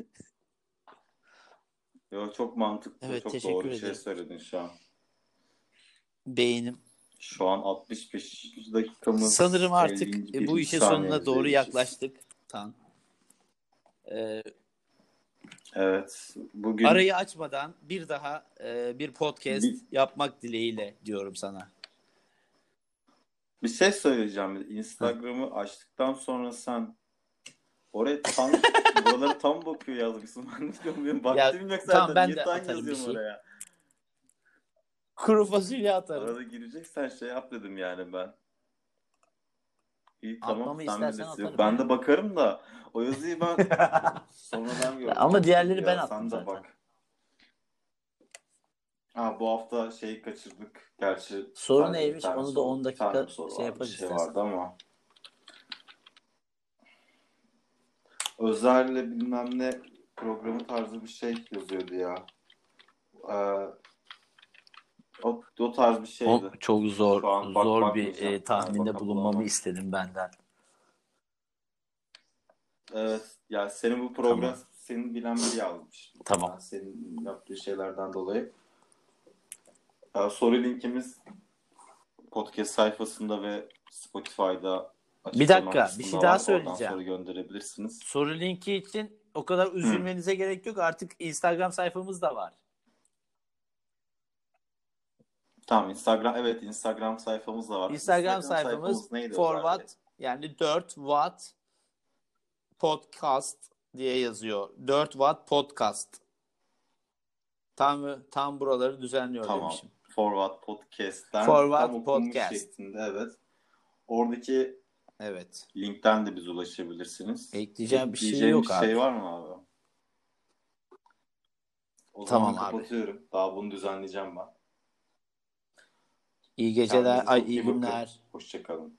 A: Ya çok mantıklı,
B: Evet,
A: çok
B: teşekkür
A: doğru bir şey
B: ederim.
A: söyledin şu an.
B: Beğenim.
A: Şu an altmış beş
B: Sanırım
A: dakikamız,
B: artık
A: elli
B: e, bu
A: birinci
B: işin sonuna doğru
A: saniyemizdeyiz.
B: yaklaştık. Tan. Ee,
A: Evet, bugün
B: arayı açmadan bir daha e, bir podcast
A: bir,
B: yapmak dileğiyle diyorum sana.
A: bir şey söyleyeceğim.
B: Heh.
A: Instagram'ı açtıktan sonra sen oraya tan, buraları tam bakıyor yazmışsın. Ben de diyorum, benim
B: Ya
A: vaktim yok
B: tamam,
A: zaten.
B: ben
A: Niye
B: de
A: tan
B: atarım bir
A: yazıyorum
B: şey.
A: oraya?
B: Kuru fasulye atarım.
A: Arada gireceksen şey yap dedim yani ben. İyi, tamam,
B: Atmamı
A: sen
B: istersen
A: bilirsin. Yok,
B: atarım
A: ben
B: yani.
A: de bakarım da o yazıyı ben sonradan gördüm.
B: Ama
A: Ayıp
B: diğerleri ben
A: ya,
B: attım
A: sen de
B: zaten.
A: bak. Ha, bu hafta şeyi kaçırdık. Gerçi
B: Soru
A: sadece bir
B: neymiş?
A: tane
B: Onu da
A: soru,
B: on
A: bir tane mi
B: dakika
A: soru
B: şey
A: var, bir
B: yaparız
A: şey
B: istersen.
A: vardı ama özelle bilmem ne programı tarzı bir şey yazıyordu ya. Ee, o, o tarz bir
B: O
A: şeydi.
B: çok
A: Şu
B: zor
A: an bak
B: zor bir
A: bakmayacağım.
B: e,
A: Yani
B: tahminde
A: bakalım
B: bulunmamı
A: ona.
B: istedim benden.
A: Evet, yani senin bu program,
B: Tamam.
A: senin bilen biri yazmış.
B: Tamam.
A: Yani senin yaptığı şeylerden dolayı. Ee, soru linkimiz podcast sayfasında ve Spotify'da
B: Bir
A: açıklama
B: dakika, bir şey
A: kısmında
B: daha
A: var. Oradan
B: söyleyeceğim.
A: soru gönderebilirsiniz.
B: Soru linki için o kadar
A: Hı.
B: üzülmenize gerek yok. Artık Instagram sayfamız da var.
A: Tamam, Instagram, evet, Instagram sayfamız da var.
B: Instagram
A: Instagram
B: sayfamız
A: sayfamız neydi
B: forward,
A: özelliği?
B: yani dört watt podcast diye yazıyor. dört watt podcast. Tam tam buraları düzenliyor
A: Tamam.
B: demişim.
A: Forward Podcast'ten tam
B: Forward
A: okunmuş
B: podcast.
A: şeklinde, evet. Oradaki
B: Evet.
A: linkten de biz ulaşabilirsiniz.
B: Ekleyeceğim bir şey
A: Ekleyeceğim bir
B: yok abi.
A: şey var mı abi? O zaman
B: Tamam abi.
A: kapatıyorum. Daha bunu düzenleyeceğim ben.
B: İyi geceler,
A: Kendinize
B: ay
A: çok
B: iyi
A: iyi bakın.
B: günler.
A: Hoşça kalın.